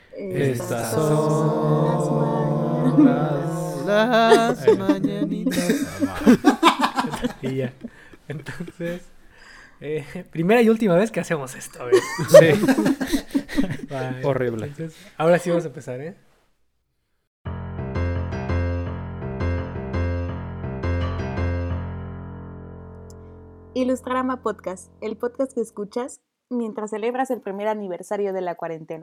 Estas son las mañanitas. Y ya. Entonces, primera y última vez que hacemos esto, ¿ves? Sí. Vale. Horrible. Entonces, ahora sí vamos a empezar, ¿eh? Ilustrarama Podcast, el podcast que escuchas mientras celebras el primer aniversario de la cuarentena.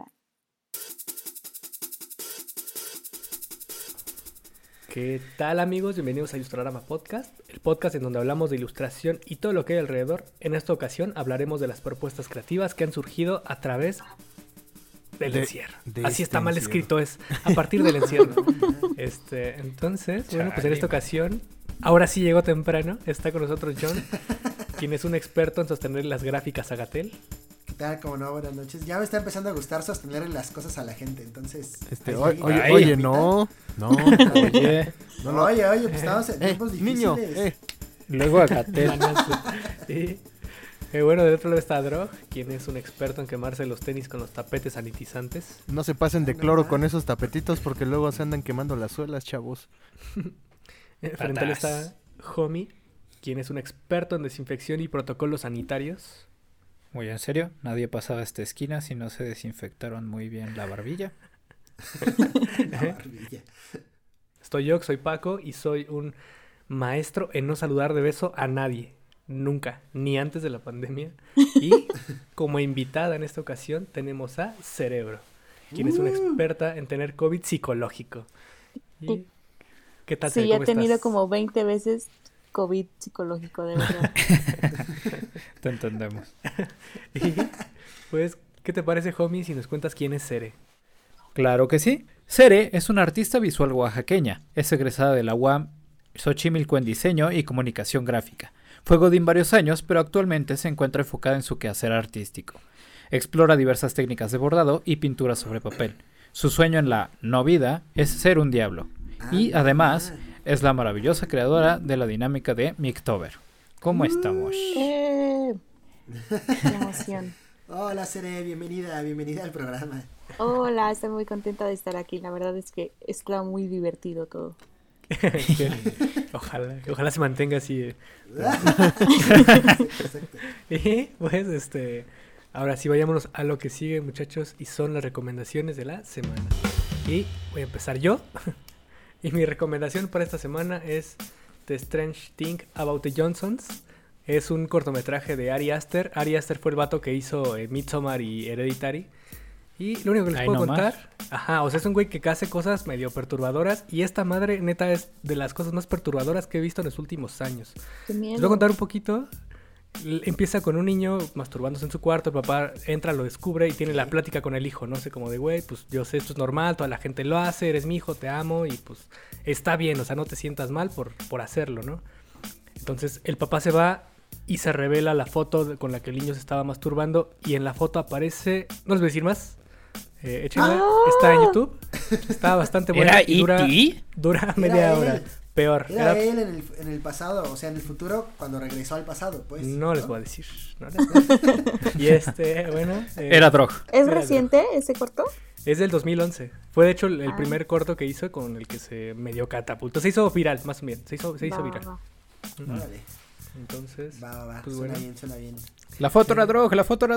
¿Qué tal, amigos? Bienvenidos a Ilustrarama Podcast, el podcast en donde hablamos de ilustración y todo lo que hay alrededor. En esta ocasión hablaremos de las propuestas creativas que han surgido a través del encierro. Así está mal escrito, es a partir del encierro. Entonces, bueno, pues en esta ocasión, ahora sí llegó temprano, está con nosotros John, quien es un experto en sostener las gráficas a Gatel. ¿Qué tal? Como no, buenas noches. Ya me está empezando a gustar sostener las cosas a la gente, entonces... Oye, no. Oye. Oye, pues estamos en tiempos difíciles. Niño, Luego a Gatel. Sí. Bueno, del otro lado está Drog, quien es un experto en quemarse los tenis con los tapetes sanitizantes. No se pasen de cloro con esos tapetitos porque luego se andan quemando las suelas, chavos. Frente a él está Homie, quien es un experto en desinfección y protocolos sanitarios. Muy en serio, nadie pasaba esta esquina si no se desinfectaron muy bien la barbilla. Estoy yo, soy Paco, y soy un maestro en no saludar de beso a nadie. Nunca, ni antes de la pandemia. Y como invitada en esta ocasión tenemos a Cerebro, quien es una experta en tener COVID psicológico. ¿Y qué tal? Sí, ¿Cómo he tenido estás? como 20 veces COVID psicológico, de verdad. Te entendemos. Y pues, ¿qué te parece, Homie, si nos cuentas quién es Cere? Claro que sí. Cere es una artista visual oaxaqueña. Es egresada de la UAM Xochimilco en diseño y comunicación gráfica. Fue godín varios años, pero actualmente se encuentra enfocada en su quehacer artístico. Explora diversas técnicas de bordado y pintura sobre papel. Su sueño en la no vida es ser un diablo. Y además es la maravillosa creadora de la dinámica de Mictober. ¿Cómo estamos? ¡Qué emoción! Hola, Cere, bienvenida al programa. Hola, estoy muy contenta de estar aquí. La verdad es que está muy divertido todo. Ojalá se mantenga así. Y pues, ahora sí, vayámonos a lo que sigue, muchachos, y son las recomendaciones de la semana. Y voy a empezar yo. Y mi recomendación para esta semana es The Strange Thing About the Johnsons. Es un cortometraje de Ari Aster. Ari Aster fue el vato que hizo Midsommar y Hereditary. Y lo único que les puedo contar... o sea, es un güey que hace cosas medio perturbadoras. Y esta madre, neta, es de las cosas más perturbadoras que he visto en los últimos años. ¡Qué miedo! Les voy a contar un poquito. Empieza con un niño masturbándose en su cuarto. El papá entra, lo descubre y tiene la plática con el hijo. No sé, como de, güey, pues yo sé, esto es normal. Toda la gente lo hace, eres mi hijo, te amo. Y pues está bien, o sea, no te sientas mal por hacerlo, ¿no? Entonces el papá se va y se revela la foto con la que el niño se estaba masturbando. Y en la foto aparece... No les voy a decir más. Échenla, está en YouTube. Está bastante buena. Y dura media hora. Peor. Era él en el pasado, o sea, en el futuro, cuando regresó al pasado, pues. No les voy a decir. Y bueno. Era Drog. ¿Es reciente ese corto? Es del 2011. Fue de hecho el primer corto que hizo con el que se medio catapultó. Se hizo viral, más o menos. Se hizo viral. Órale. Entonces. Va. Pues suena bien. La foto era Drog.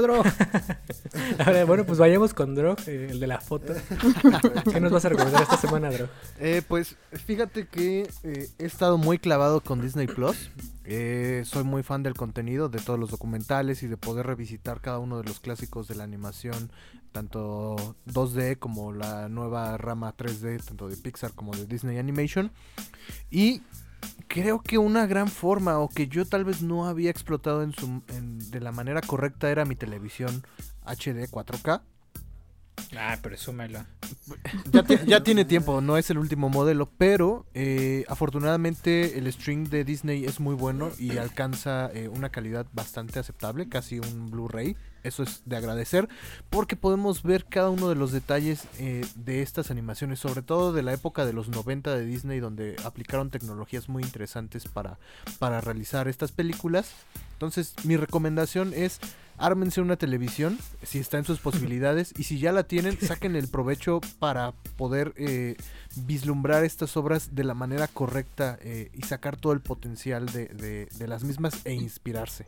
Ahora, bueno, pues vayamos con Drog, el de la foto. ¿Qué nos vas a recomendar esta semana, Drog? Pues fíjate que he estado muy clavado con Disney Plus. Soy muy fan del contenido, de todos los documentales y de poder revisitar cada uno de los clásicos de la animación, tanto 2D como la nueva rama 3D, tanto de Pixar como de Disney Animation. Y creo que una gran forma, o que yo tal vez no había explotado de la manera correcta, era mi televisión HD 4K. Presúmela. Ya tiene tiempo, no es el último modelo, pero afortunadamente el stream de Disney es muy bueno y alcanza una calidad bastante aceptable, casi un Blu-ray. Eso es de agradecer, porque podemos ver cada uno de los detalles de estas animaciones, sobre todo de la época de los 90 de Disney, donde aplicaron tecnologías muy interesantes para realizar estas películas. Entonces mi recomendación es ármense una televisión, si está en sus posibilidades, y si ya la tienen, saquen el provecho para poder vislumbrar estas obras de la manera correcta y sacar todo el potencial de las mismas e inspirarse.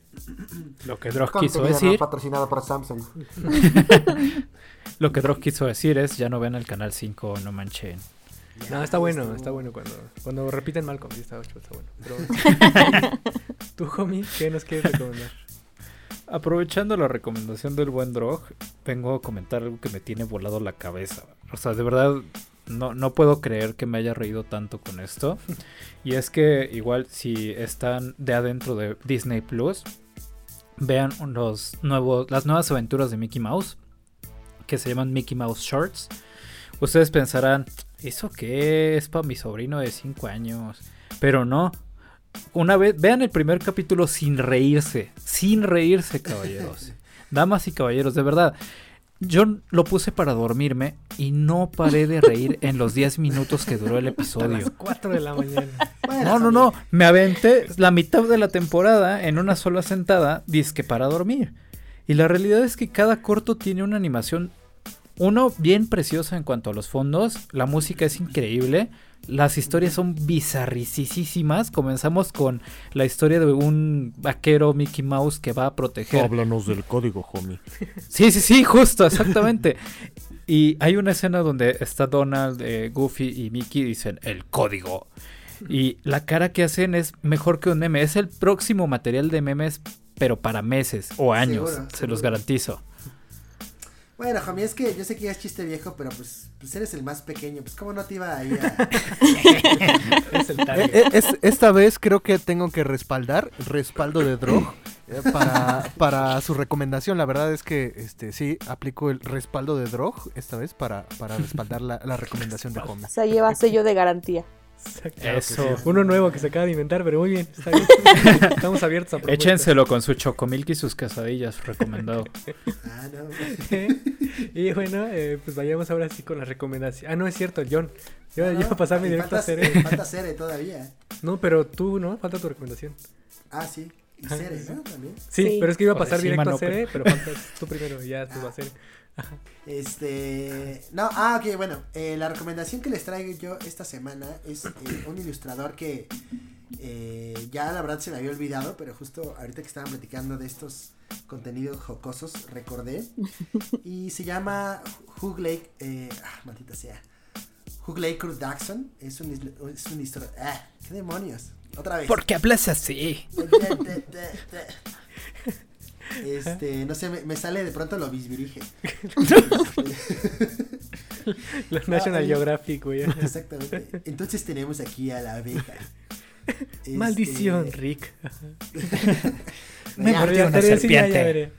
Lo que Drog quiso Contenido decir, no patrocinado por Samsung. lo que Drog quiso decir es, ya no ven el canal 5, no manchen. No, está bueno cuando repiten Malcolm, sí, está bueno. Pero, tú, homie, ¿qué nos quieres recomendar? Aprovechando la recomendación del buen Drog, vengo a comentar algo que me tiene volado la cabeza. O sea, de verdad, no puedo creer que me haya reído tanto con esto. Y es que igual si están de adentro de Disney Plus, vean las nuevas aventuras de Mickey Mouse, que se llaman Mickey Mouse Shorts. Ustedes pensarán, ¿eso qué es para mi sobrino de 5 años? Pero no. Una vez, vean el primer capítulo sin reírse, caballeros. Damas y caballeros, de verdad. Yo lo puse para dormirme y no paré de reír en los 10 minutos que duró el A episodio. las 4 de la mañana. Bueno, No. Me aventé la mitad de la temporada en una sola sentada, dizque para dormir. Y la realidad es que cada corto tiene una animación, uno, bien preciosa en cuanto a los fondos. La música es increíble. Las historias son bizarricísimas. Comenzamos con la historia de un vaquero Mickey Mouse que va a proteger. Háblanos del código, homie. Sí, justo, exactamente. Y hay una escena donde está Donald, Goofy y Mickey y dicen el código. Y la cara que hacen es mejor que un meme. Es el próximo material de memes, pero para meses o años. Se los garantizo. Bueno, homie, es que yo sé que ya es chiste viejo, pero pues eres el más pequeño. Pues cómo no te iba a ir a... Es el target. Esta vez creo que tengo que respaldo de Drog para su recomendación. La verdad es que sí, aplico el respaldo de Drog esta vez para respaldar la recomendación de Homie. Se lleva sello de garantía. Eso. Uno nuevo que se acaba de inventar, pero muy bien, está bien. Estamos abiertos a propuestas. Échenselo con su chocomilk y sus quesadillas, recomendado. Ah, no. Y bueno, pues vayamos ahora sí con la recomendación. Ah, no, es cierto, John. Yo iba a pasarme directo a Cere. Falta Cere todavía. No, pero tú, ¿no? Falta tu recomendación. Ah, sí. Y Ah, Cere, sí. ¿no? También. Sí, Sí. pero es que iba a Joder, pasar sí, directo mano, a Cere, pero faltas tú primero y ya tú vas a Cere. No, ok, bueno, la recomendación que les traigo yo esta semana es un ilustrador que ya la verdad se me había olvidado, pero justo ahorita que estaban platicando de estos contenidos jocosos, recordé, y se llama Hugh Lake, maldita sea, Hugh Lake Daxon, es un ilustrador, ¿qué demonios? Otra vez. ¿Por qué hablas así? No sé, me sale de pronto lo bisbirige. La National Geographic, güey. Exactamente. Entonces tenemos aquí a la abeja. Maldición, Rick. Me Ya, mordió una Veré, sí, ya serpiente. veré.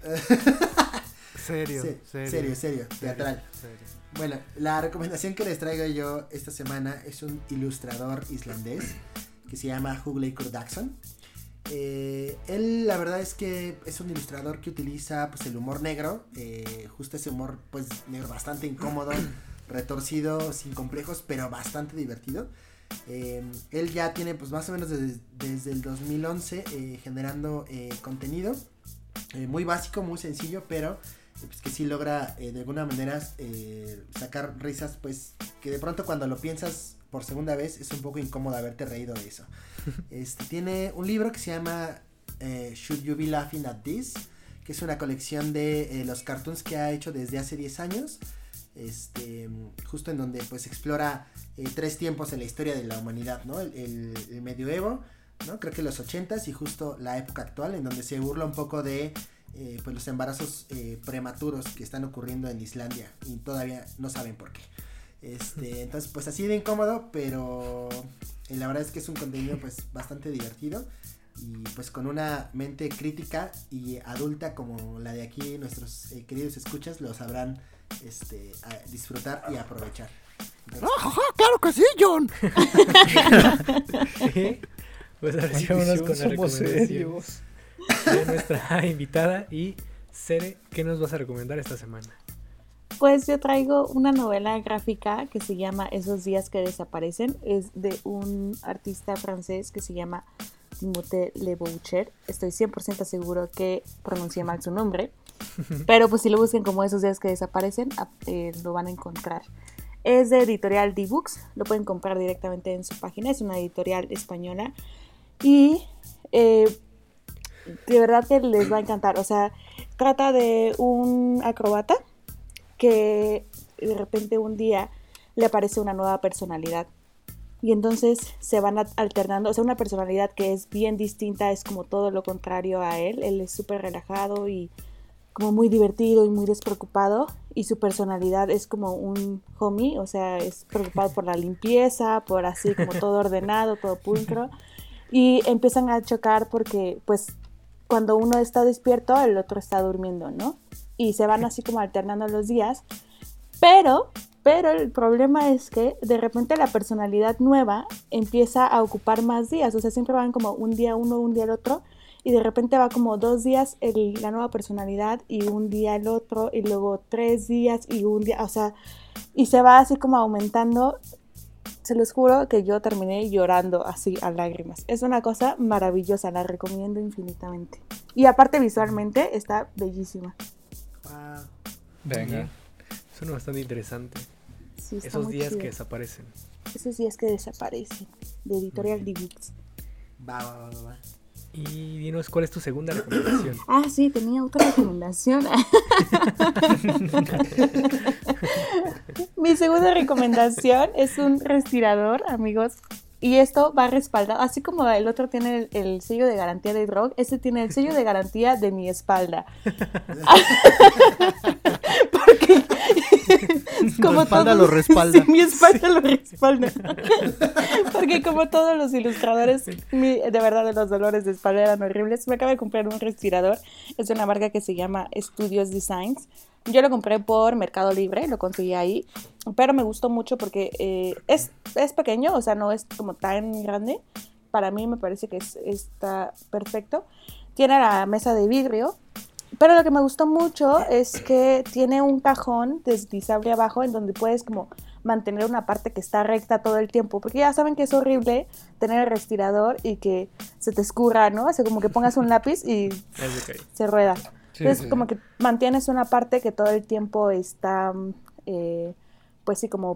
Serio, teatral. Bueno, la recomendación que les traigo yo esta semana es un ilustrador islandés que se llama Hugh Lake Daxon. Él la verdad es que es un ilustrador que utiliza pues el humor negro, justo ese humor pues negro bastante incómodo, retorcido, sin complejos, pero bastante divertido. Él ya tiene pues más o menos desde el 2011 generando contenido muy básico, muy sencillo, pero pues que sí logra de alguna manera sacar risas pues que de pronto cuando lo piensas por segunda vez es un poco incómodo haberte reído de eso. Tiene un libro que se llama Should You Be Laughing at This, que es una colección de los cartoons que ha hecho desde hace 10 años, justo en donde pues explora 3 tiempos en la historia de la humanidad, ¿no? El medioevo, ¿no? Creo que los 80s y justo la época actual, en donde se burla un poco de pues los embarazos prematuros que están ocurriendo en Islandia y todavía no saben por qué. Entonces pues así de incómodo, pero la verdad es que es un contenido pues bastante divertido y pues con una mente crítica y adulta como la de aquí nuestros queridos escuchas lo sabrán a disfrutar y aprovechar. Entonces, ¡Claro que sí, John! Sí. Pues ahora sí vámonos con la recomendación de nuestra invitada. Y Cere, ¿qué nos vas a recomendar esta semana? Pues yo traigo una novela gráfica que se llama Esos días que desaparecen. Es de un artista francés que se llama Timothée Le Boucher. Estoy 100% seguro que pronuncié mal su nombre. Pero pues si lo buscan como Esos días que desaparecen, lo van a encontrar. Es de editorial D-Books. Lo pueden comprar directamente en su página. Es una editorial española. Y de verdad que les va a encantar. O sea, trata de un acrobata que de repente un día le aparece una nueva personalidad. Y entonces se van alternando, o sea, una personalidad que es bien distinta, es como todo lo contrario a él. Él es súper relajado y como muy divertido y muy despreocupado. Y su personalidad es como un homie, o sea, es preocupado por la limpieza, por así como todo ordenado, todo pulcro. Y empiezan a chocar porque, pues, cuando uno está despierto, el otro está durmiendo, ¿no? Y se van así como alternando los días. Pero el problema es que de repente la personalidad nueva empieza a ocupar más días. O sea, siempre van como un día uno, un día el otro. Y de repente va como 2 días la nueva personalidad y un día el otro. Y luego 3 días y un día. O sea, y se va así como aumentando. Se los juro que yo terminé llorando así a lágrimas. Es una cosa maravillosa, la recomiendo infinitamente. Y aparte visualmente está bellísima. Wow. Venga. Suena bastante interesante. Sí, está Esos muy días chido. que desaparecen. Esos días que desaparecen. De editorial D-Books. Va. Y dinos, ¿cuál es tu segunda recomendación? Ah, sí, tenía otra recomendación. Mi segunda recomendación es un respirador, amigos. Y esto va respaldado, así como el otro tiene el sello de garantía de Drog, este tiene el sello de garantía de mi espalda. Porque Tu espalda lo respalda. Sí, mi espalda lo respalda. Porque como todos los ilustradores, de verdad los dolores de espalda eran horribles. Me acabo de comprar un respirador. Es de una marca que se llama Studios Designs. Yo lo compré por Mercado Libre, lo conseguí ahí, pero me gustó mucho porque es pequeño, o sea, no es como tan grande. Para mí me parece que está perfecto. Tiene la mesa de vidrio, pero lo que me gustó mucho es que tiene un cajón deslizable abajo en donde puedes como mantener una parte que está recta todo el tiempo, porque ya saben que es horrible tener el respirador y que se te escurra, ¿no? O sea, como que pongas un lápiz y se rueda. Sí, Entonces, sí. como que mantienes una parte que todo el tiempo está, pues sí, como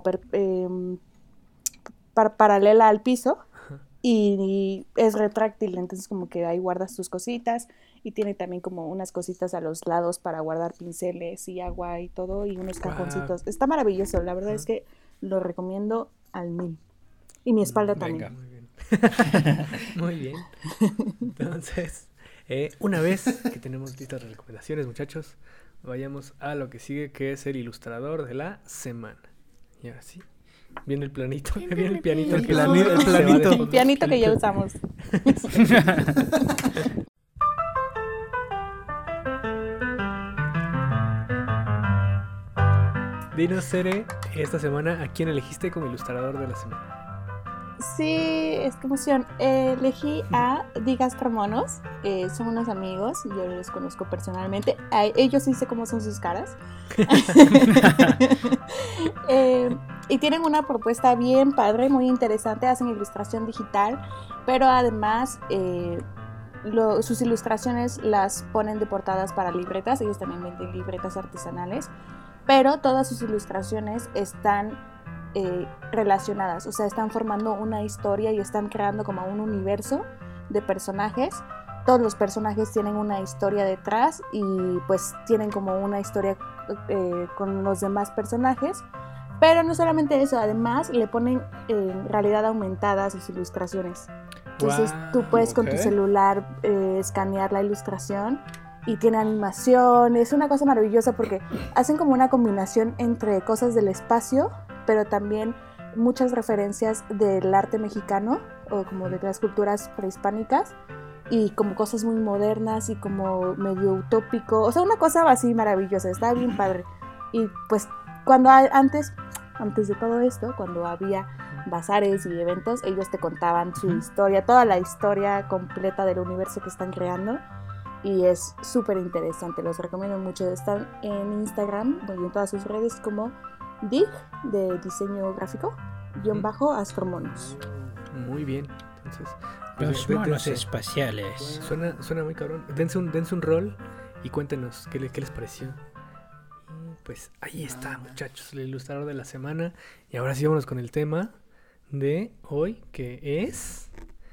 paralela al piso y es retráctil, entonces como que ahí guardas tus cositas y tiene también como unas cositas a los lados para guardar pinceles y agua y todo y unos cajoncitos. Está maravilloso, la verdad es que lo recomiendo al 1000. Y mi espalda Venga. también. Muy bien. Entonces, una vez que tenemos listas las recomendaciones, muchachos, vayamos a lo que sigue, que es el ilustrador de la semana. Y ahora sí, viene el planito, viene el pianito. El que planito. se va de El fondo. pianito que ya usamos. Dinos, Cere, esta semana, ¿a quién elegiste como ilustrador de la semana? Sí, es que emoción. Elegí a Digas Carmonos. Son unos amigos, yo los conozco personalmente. Ellos sí sé cómo son sus caras. Y tienen una propuesta bien padre, muy interesante. Hacen ilustración digital, pero además sus ilustraciones las ponen de portadas para libretas. Ellos también venden libretas artesanales, pero todas sus ilustraciones están relacionadas, o sea, están formando una historia y están creando como un universo de personajes. Todos los personajes tienen una historia detrás y pues tienen como una historia con los demás personajes, pero no solamente eso, además le ponen realidad aumentada a sus ilustraciones. Entonces tú puedes con tu celular escanear la ilustración y tiene animación. Es una cosa maravillosa porque hacen como una combinación entre cosas del espacio, pero también muchas referencias del arte mexicano o como de las culturas prehispánicas y como cosas muy modernas y como medio utópico, o sea, una cosa así maravillosa, está bien padre. Y pues cuando antes de todo esto, cuando había bazares y eventos, ellos te contaban su historia, toda la historia completa del universo que están creando. Y es súper interesante, los recomiendo mucho. Están en Instagram y en todas sus redes como Dig, de diseño gráfico, _astromonos. Muy bien. Entonces, Los monos espaciales. Suena muy cabrón. Dense un rol y cuéntenos qué les pareció. Pues ahí está, muchachos, el ilustrador de la semana. Y ahora sí vámonos con el tema de hoy, que es...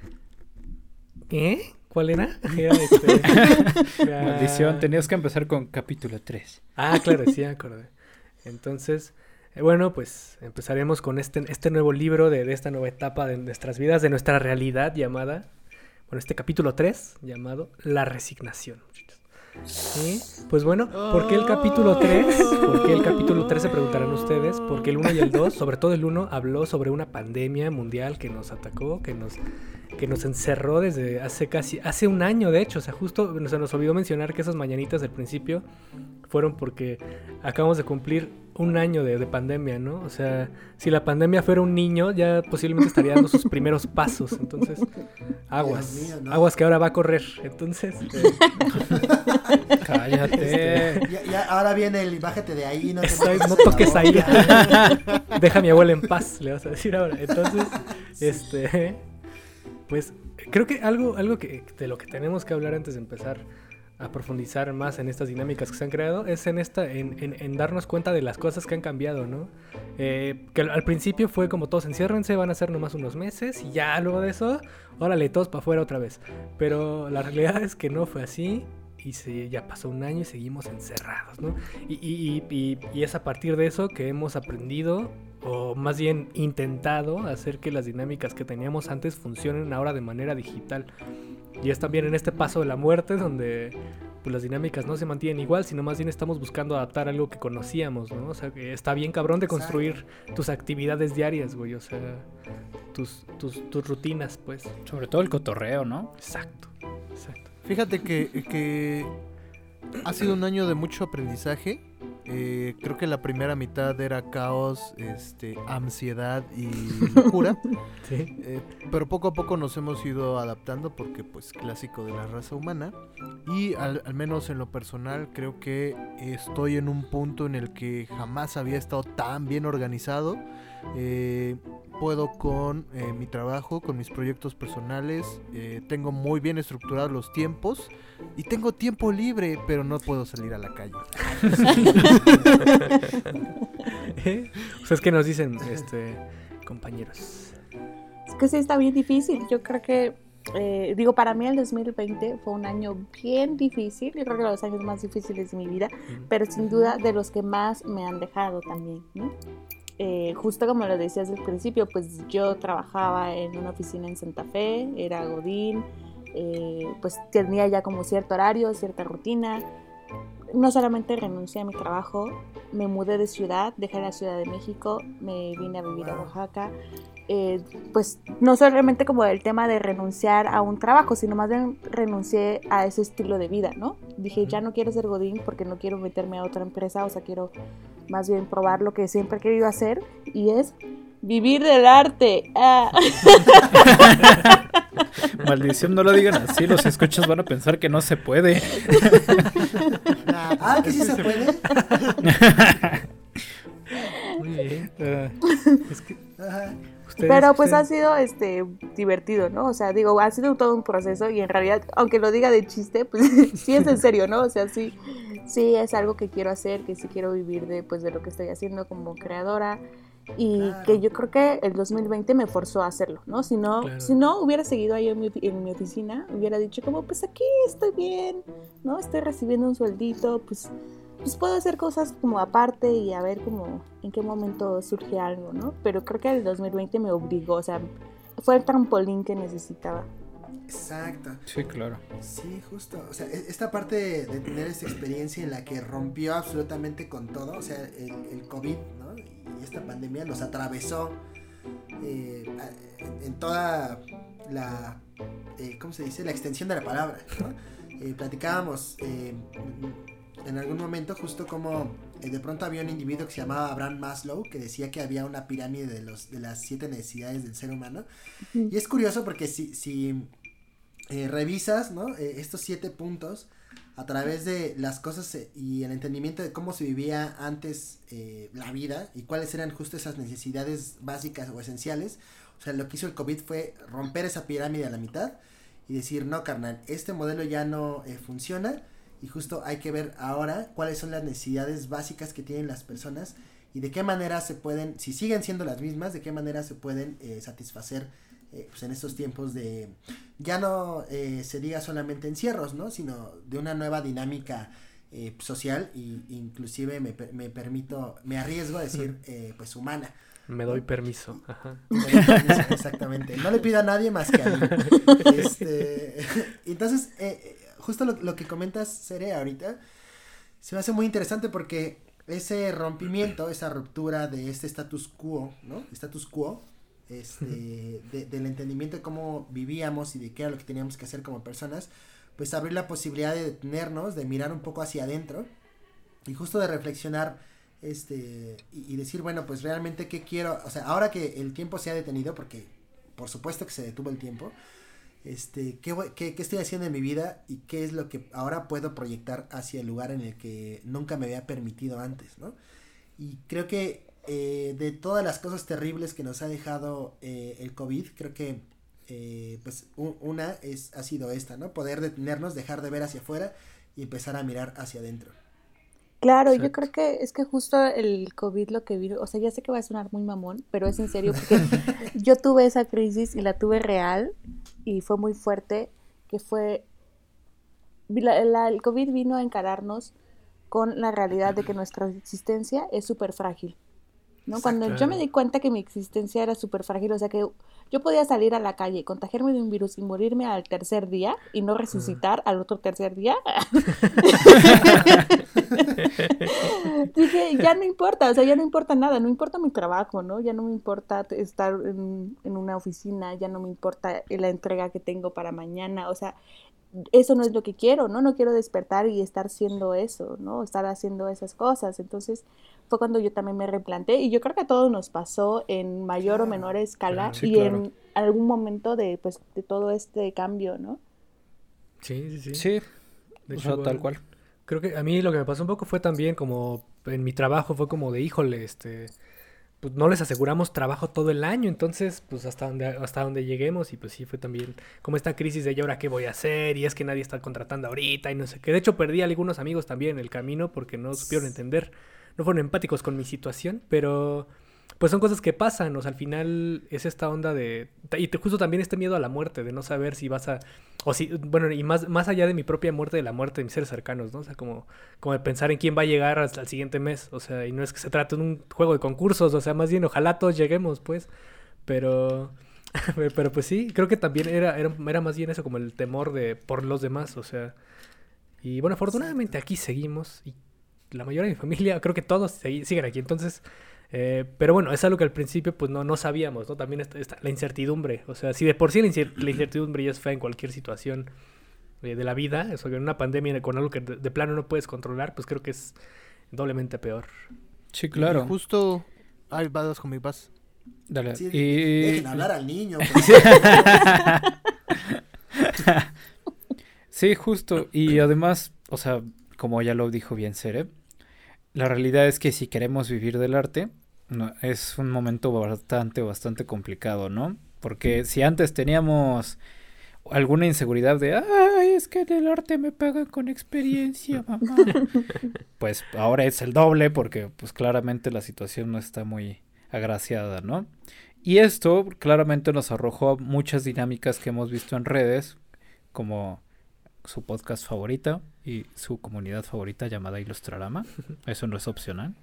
¿Cuál era? Maldición, tenías que empezar con capítulo 3. Claro, sí, me acordé. Entonces, bueno, pues empezaremos con este nuevo libro de esta nueva etapa de nuestras vidas, de nuestra realidad llamada... Bueno, este capítulo 3 llamado La Resignación, muchachos. Sí, pues bueno, ¿por qué el capítulo 3? ¿Por qué el capítulo 3 se preguntarán ustedes? Porque el 1 y el 2, sobre todo el 1, habló sobre una pandemia mundial que nos atacó, que nos encerró desde hace un año, de hecho. O sea, justo se nos olvidó mencionar que esas mañanitas del principio fueron porque acabamos de cumplir un año de pandemia, ¿no? O sea, si la pandemia fuera un niño, ya posiblemente estaría dando sus primeros pasos. Entonces, aguas. Dios mío, ¿no? Aguas que ahora va a correr. Entonces, cállate. Ya, ahora viene el bájate de ahí. No toques ahí. Deja a mi abuela en paz, le vas a decir ahora. Entonces, pues creo que algo que de lo que tenemos que hablar antes de empezar a profundizar más en estas dinámicas que se han creado es en darnos cuenta de las cosas que han cambiado, ¿no? Que al principio fue como todos enciérrense, van a ser nomás unos meses y ya luego de eso, órale, todos para afuera otra vez. Pero la realidad es que no fue así y ya pasó un año y seguimos encerrados, ¿no? Y es a partir de eso que hemos aprendido, o más bien intentado, hacer que las dinámicas que teníamos antes funcionen ahora de manera digital. Y es también en este paso de la muerte donde pues las dinámicas no se mantienen igual, sino más bien estamos buscando adaptar algo que conocíamos, ¿no? O sea, que está bien cabrón de construir tus actividades diarias, güey, o sea, tus rutinas, pues. Sobre todo el cotorreo, ¿no? Exacto. Fíjate que ha sido un año de mucho aprendizaje. Creo que la primera mitad era caos, ansiedad y locura. Sí. Pero poco a poco nos hemos ido adaptando porque pues clásico de la raza humana. Y al menos en lo personal creo que estoy en un punto en el que jamás había estado tan bien organizado. Puedo con mi trabajo, con mis proyectos personales, tengo muy bien estructurados los tiempos y tengo tiempo libre, pero no puedo salir a la calle. Pues es que nos dicen, compañeros. Es que sí está bien difícil. Yo creo que, para mí el 2020 fue un año bien difícil. Yo creo que los años más difíciles de mi vida, pero sin duda de los que más me han dejado también, ¿no? Justo como lo decías al principio, pues yo trabajaba en una oficina en Santa Fe, era godín, pues tenía ya como cierto horario, cierta rutina. No solamente renuncié a mi trabajo, me mudé de ciudad, dejé la Ciudad de México, me vine a vivir a Oaxaca. Pues no solamente como el tema de renunciar a un trabajo, sino más bien renuncié a ese estilo de vida, ¿no? Dije, ya no quiero ser godín porque no quiero meterme a otra empresa, o sea, quiero más bien probar lo que siempre he querido hacer, y es vivir del arte. Maldición, no lo digan así, los escuchas van a pensar que no se puede. Que sí se puede. Muy bien. Es que... Pero pues ha sido divertido, ¿no? O sea, digo, ha sido todo un proceso y en realidad, aunque lo diga de chiste, pues sí es en serio, ¿no? O sea, sí es algo que quiero hacer, que sí quiero vivir de lo que estoy haciendo como creadora y claro, que yo creo que el 2020 me forzó a hacerlo, ¿no? Si no hubiera seguido ahí en mi oficina, hubiera dicho como, pues aquí estoy bien, ¿no? Estoy recibiendo un sueldito, pues puedo hacer cosas como aparte y a ver como en qué momento surge algo, ¿no? Pero creo que el 2020 me obligó, o sea, fue el trampolín que necesitaba. Exacto. Sí, claro. Sí, justo. O sea, esta parte de tener esta experiencia en la que rompió absolutamente con todo, o sea, el COVID, ¿no? Y esta pandemia nos atravesó en toda la, ¿cómo se dice? La extensión de la palabra, ¿no? Platicábamos en algún momento justo como de pronto había un individuo que se llamaba Abraham Maslow que decía que había una pirámide de las 7 necesidades del ser humano. Y es curioso porque si revisas, ¿no? Estos 7 puntos, a través de las cosas y el entendimiento de cómo se vivía antes la vida y cuáles eran justo esas necesidades básicas o esenciales. O sea, lo que hizo el COVID fue romper esa pirámide a la mitad y decir, no, carnal, este modelo ya no funciona y justo hay que ver ahora cuáles son las necesidades básicas que tienen las personas y de qué manera se pueden, si siguen siendo las mismas, de qué manera se pueden satisfacer pues en estos tiempos de, ya no se diga solamente encierros, ¿no? Sino de una nueva dinámica social y inclusive me arriesgo a decir, pues humana. Me doy permiso. Ajá. Me doy permiso, exactamente. No le pido a nadie más que a mí. Entonces, justo lo que comentas, Cere, ahorita, se me hace muy interesante porque ese rompimiento, esa ruptura de este status quo, ¿no? Status quo, del entendimiento de cómo vivíamos y de qué era lo que teníamos que hacer como personas, pues abrir la posibilidad de detenernos, de mirar un poco hacia adentro y justo de reflexionar y decir, bueno, pues realmente qué quiero, o sea, ahora que el tiempo se ha detenido, porque por supuesto que se detuvo el tiempo, qué estoy haciendo en mi vida y qué es lo que ahora puedo proyectar hacia el lugar en el que nunca me había permitido antes, ¿no? Y creo que de todas las cosas terribles que nos ha dejado el COVID, creo que pues una ha sido esta, ¿no? Poder detenernos, dejar de ver hacia afuera y empezar a mirar hacia adentro. Claro, Exacto. yo creo que es que justo el COVID lo que vino, o sea, ya sé que va a sonar muy mamón, pero es en serio porque yo tuve esa crisis y la tuve real y fue muy fuerte, que fue, el COVID vino a encararnos con la realidad de que nuestra existencia es súper frágil, ¿no? Cuando yo me Claro. di cuenta que mi existencia era súper frágil, o sea que yo podía salir a la calle, contagiarme de un virus y morirme al tercer día y no resucitar al otro tercer día. Dije, ya no importa, o sea, ya no importa nada, no importa mi trabajo, ¿no? Ya no me importa estar en una oficina, ya no me importa la entrega que tengo para mañana, o sea, eso no es lo que quiero, ¿no? No quiero despertar y estar haciendo eso, ¿no? Estar haciendo esas cosas. Entonces fue cuando yo también me replanteé y yo creo que a todos nos pasó en mayor o menor escala Claro. Sí, y claro. en algún momento de, pues, de todo este cambio, ¿no? Sí, sí, sí. Sí, De o hecho, sea, tal cual. creo que a mí lo que me pasó un poco fue también como en mi trabajo fue como de, híjole, pues no les aseguramos trabajo todo el año, entonces pues hasta donde lleguemos y pues sí fue también como esta crisis de ¿y ahora qué voy a hacer? Y es que nadie está contratando ahorita y no sé qué. De hecho perdí a algunos amigos también en el camino porque no supieron entender, no fueron empáticos con mi situación, pero pues son cosas que pasan, o sea, al final es esta onda de y justo también este miedo a la muerte, de no saber si vas a o si bueno, y más allá de mi propia muerte, de la muerte de mis seres cercanos, ¿no? O sea, como de pensar en quién va a llegar hasta el siguiente mes, o sea, y no es que se trate de un juego de concursos, o sea, más bien ojalá todos lleguemos, pues, pero pero pues sí, creo que también era más bien eso como el temor de por los demás, o sea, y bueno, afortunadamente aquí seguimos y la mayoría de mi familia, creo que todos siguen aquí, entonces pero bueno, es algo que al principio pues no sabíamos, ¿no? También está la incertidumbre, o sea, si de por sí la incertidumbre ya es fea en cualquier situación de la vida, eso que en una pandemia con algo que de plano no puedes controlar, pues creo que es doblemente peor. Sí, Y claro. justo... Ay, vas conmigo, vas. Dale. Sí, Y... dejen hablar al niño. Sí, justo. Y además, o sea, como ya lo dijo bien Cere, la realidad es que si queremos vivir del arte, es un momento bastante complicado, ¿no? Porque si antes teníamos alguna inseguridad de, ay, es que en el arte me pagan con experiencia, mamá. Pues ahora es el doble porque pues claramente la situación no está muy agraciada, ¿no? Y esto claramente nos arrojó muchas dinámicas que hemos visto en redes, como su podcast favorita y su comunidad favorita llamada Ilustrarama. Eso no es opcional.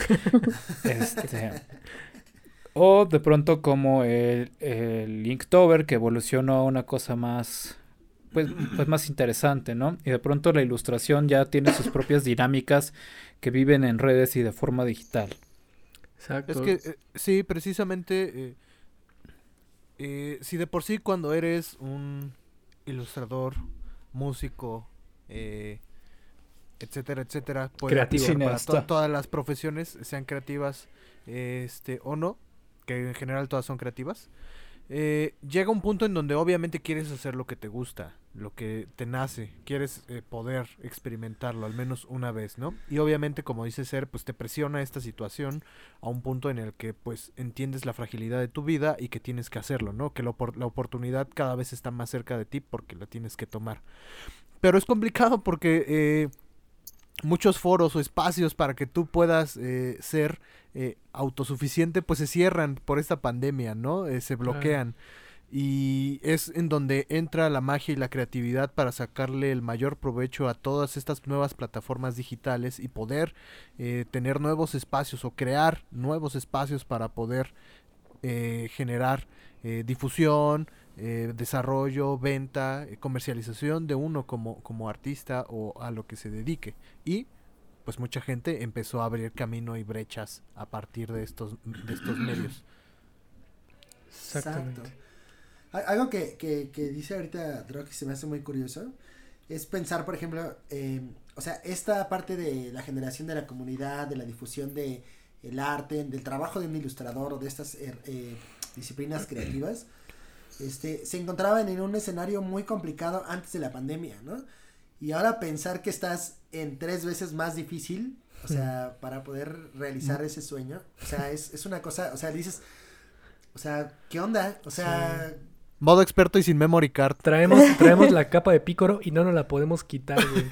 O de pronto como el Inktober, que evolucionó a una cosa más pues más interesante, ¿no? Y de pronto la ilustración ya tiene sus propias dinámicas que viven en redes y de forma digital. Exacto. Es que, sí, precisamente, si de por sí cuando eres un ilustrador, músico, etcétera, etcétera, puede Creativo. aplicar para Cineasta. todas las profesiones, sean creativas o no, que en general todas son creativas. Llega un punto en donde obviamente quieres hacer lo que te gusta lo que te nace, quieres poder experimentarlo al menos una vez, ¿no? Y obviamente, como dice Ser, pues te presiona esta situación a un punto en el que pues entiendes la fragilidad de tu vida y que tienes que hacerlo, ¿no? Que la oportunidad cada vez está más cerca de ti porque la tienes que tomar. Pero es complicado porque muchos foros o espacios para que tú puedas ser autosuficiente pues se cierran por esta pandemia, ¿no? Se bloquean. Y es en donde entra la magia y la creatividad para sacarle el mayor provecho a todas estas nuevas plataformas digitales y poder tener nuevos espacios o crear nuevos espacios para poder generar difusión, desarrollo, venta, comercialización de uno como artista o a lo que se dedique. Y pues mucha gente empezó a abrir camino y brechas a partir de estos medios. Exactamente. Exacto. Algo que dice ahorita Drog que se me hace muy curioso es pensar, por ejemplo, o sea, esta parte de la generación de la comunidad, de la difusión de el arte, del trabajo de un ilustrador o de estas disciplinas creativas, se encontraban en un escenario muy complicado antes de la pandemia, ¿no? Y ahora pensar que estás en 3 veces más difícil, o sea, para poder realizar ese sueño, o sea, es una cosa, o sea, dices, o sea, ¿qué onda? O sea... Sí. Modo experto y sin memory card. Traemos la capa de Pícoro y no nos la podemos quitar, güey.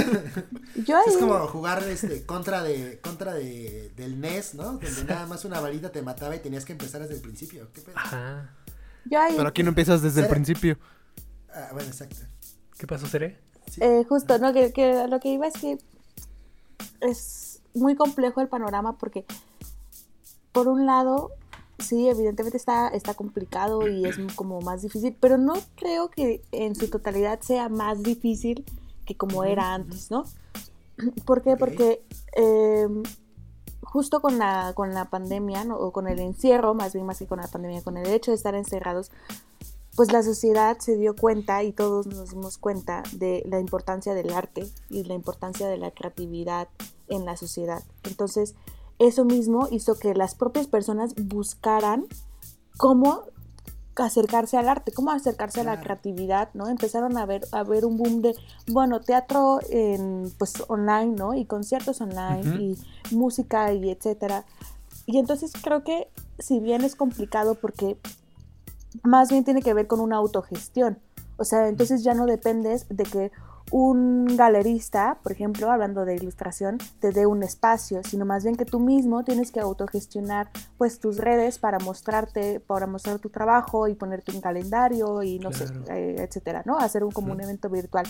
Es como jugar contra del NES, ¿no? Donde nada más una balita te mataba y tenías que empezar desde el principio. ¿Qué pedo? Ajá. Pero aquí no empiezas desde el principio. Ah, bueno, exacto. ¿Qué pasó, Seré? Sí. Justo, ¿no? Que lo que iba es que es muy complejo el panorama porque por un lado sí, evidentemente está complicado y es como más difícil, pero no creo que en su totalidad sea más difícil que como era antes, ¿no? ¿Por qué? Porque justo con la pandemia, ¿no? O con el encierro, más bien más que con la pandemia, con el hecho de estar encerrados, pues la sociedad se dio cuenta y todos nos dimos cuenta de la importancia del arte y la importancia de la creatividad en la sociedad. Entonces, eso mismo hizo que las propias personas buscaran cómo acercarse al arte, cómo acercarse a la creatividad, ¿no? Empezaron a ver un boom de, bueno, teatro pues online, ¿no? Y conciertos online y música y etcétera. Y entonces creo que si bien es complicado porque más bien tiene que ver con una autogestión. O sea, entonces ya no dependes de que un galerista, por ejemplo, hablando de ilustración, te dé un espacio, sino más bien que tú mismo tienes que autogestionar pues tus redes para mostrar tu trabajo y ponerte un calendario y no sé, etcétera, ¿no? Hacer como un evento virtual.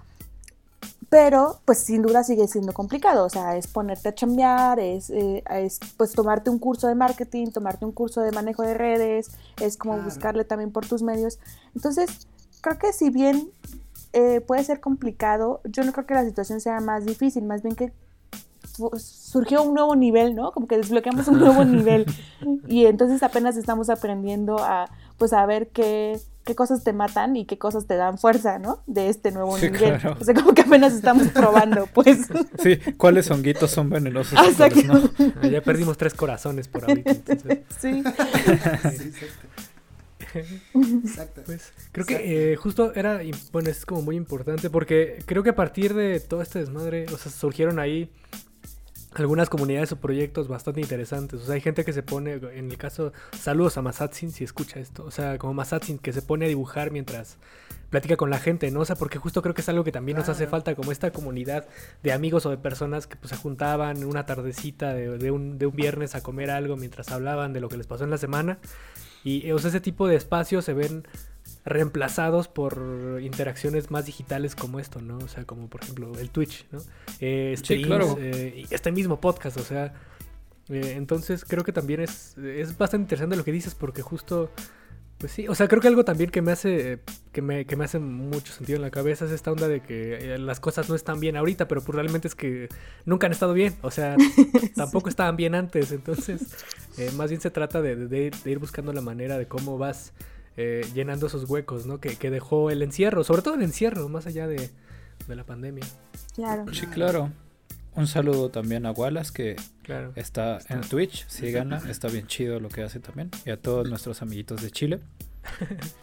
Pero, pues sin duda sigue siendo complicado, o sea, es ponerte a chambear, es pues tomarte un curso de marketing, tomarte un curso de manejo de redes, es como buscarle también por tus medios. Entonces, creo que si bien puede ser complicado, yo no creo que la situación sea más difícil, más bien que surgió un nuevo nivel, ¿no? Como que desbloqueamos un nuevo nivel y entonces apenas estamos aprendiendo a ver qué cosas te matan y qué cosas te dan fuerza, ¿no? De este nuevo nivel. Claro. O sea, como que apenas estamos probando, pues. Sí, ¿cuáles honguitos son venenosos? Hasta que no. Ya perdimos 3 corazones por ahorita, entonces. Sí. Sí, exacto. Pues creo que justo es como muy importante porque creo que a partir de todo este desmadre, o sea, surgieron ahí algunas comunidades o proyectos bastante interesantes. O sea, hay gente que se pone, en el caso, saludos a Masatsin si escucha esto, o sea, como Masatsin que se pone a dibujar mientras platica con la gente, ¿no? O sea, porque justo creo que es algo que también nos hace falta, como esta comunidad de amigos o de personas que pues se juntaban en una tardecita de un viernes a comer algo mientras hablaban de lo que les pasó en la semana. Y o sea, ese tipo de espacios se ven reemplazados por interacciones más digitales como esto, ¿no? O sea, como por ejemplo el Twitch, ¿no? Streams, sí, claro. Y este mismo podcast, o sea, entonces creo que también es bastante interesante lo que dices porque justo, pues sí, o sea, creo que algo también que me hace mucho sentido en la cabeza es esta onda de que las cosas no están bien ahorita, pero pues realmente es que nunca han estado bien, o sea, tampoco estaban bien antes, entonces más bien se trata de ir buscando la manera de cómo vas llenando esos huecos, ¿no? Que dejó el encierro, sobre todo el encierro, más allá de la pandemia. Claro. Sí, claro. Un saludo también a Wallace que está en Twitch, síganla, está bien chido lo que hace también. Y a todos nuestros amiguitos de Chile.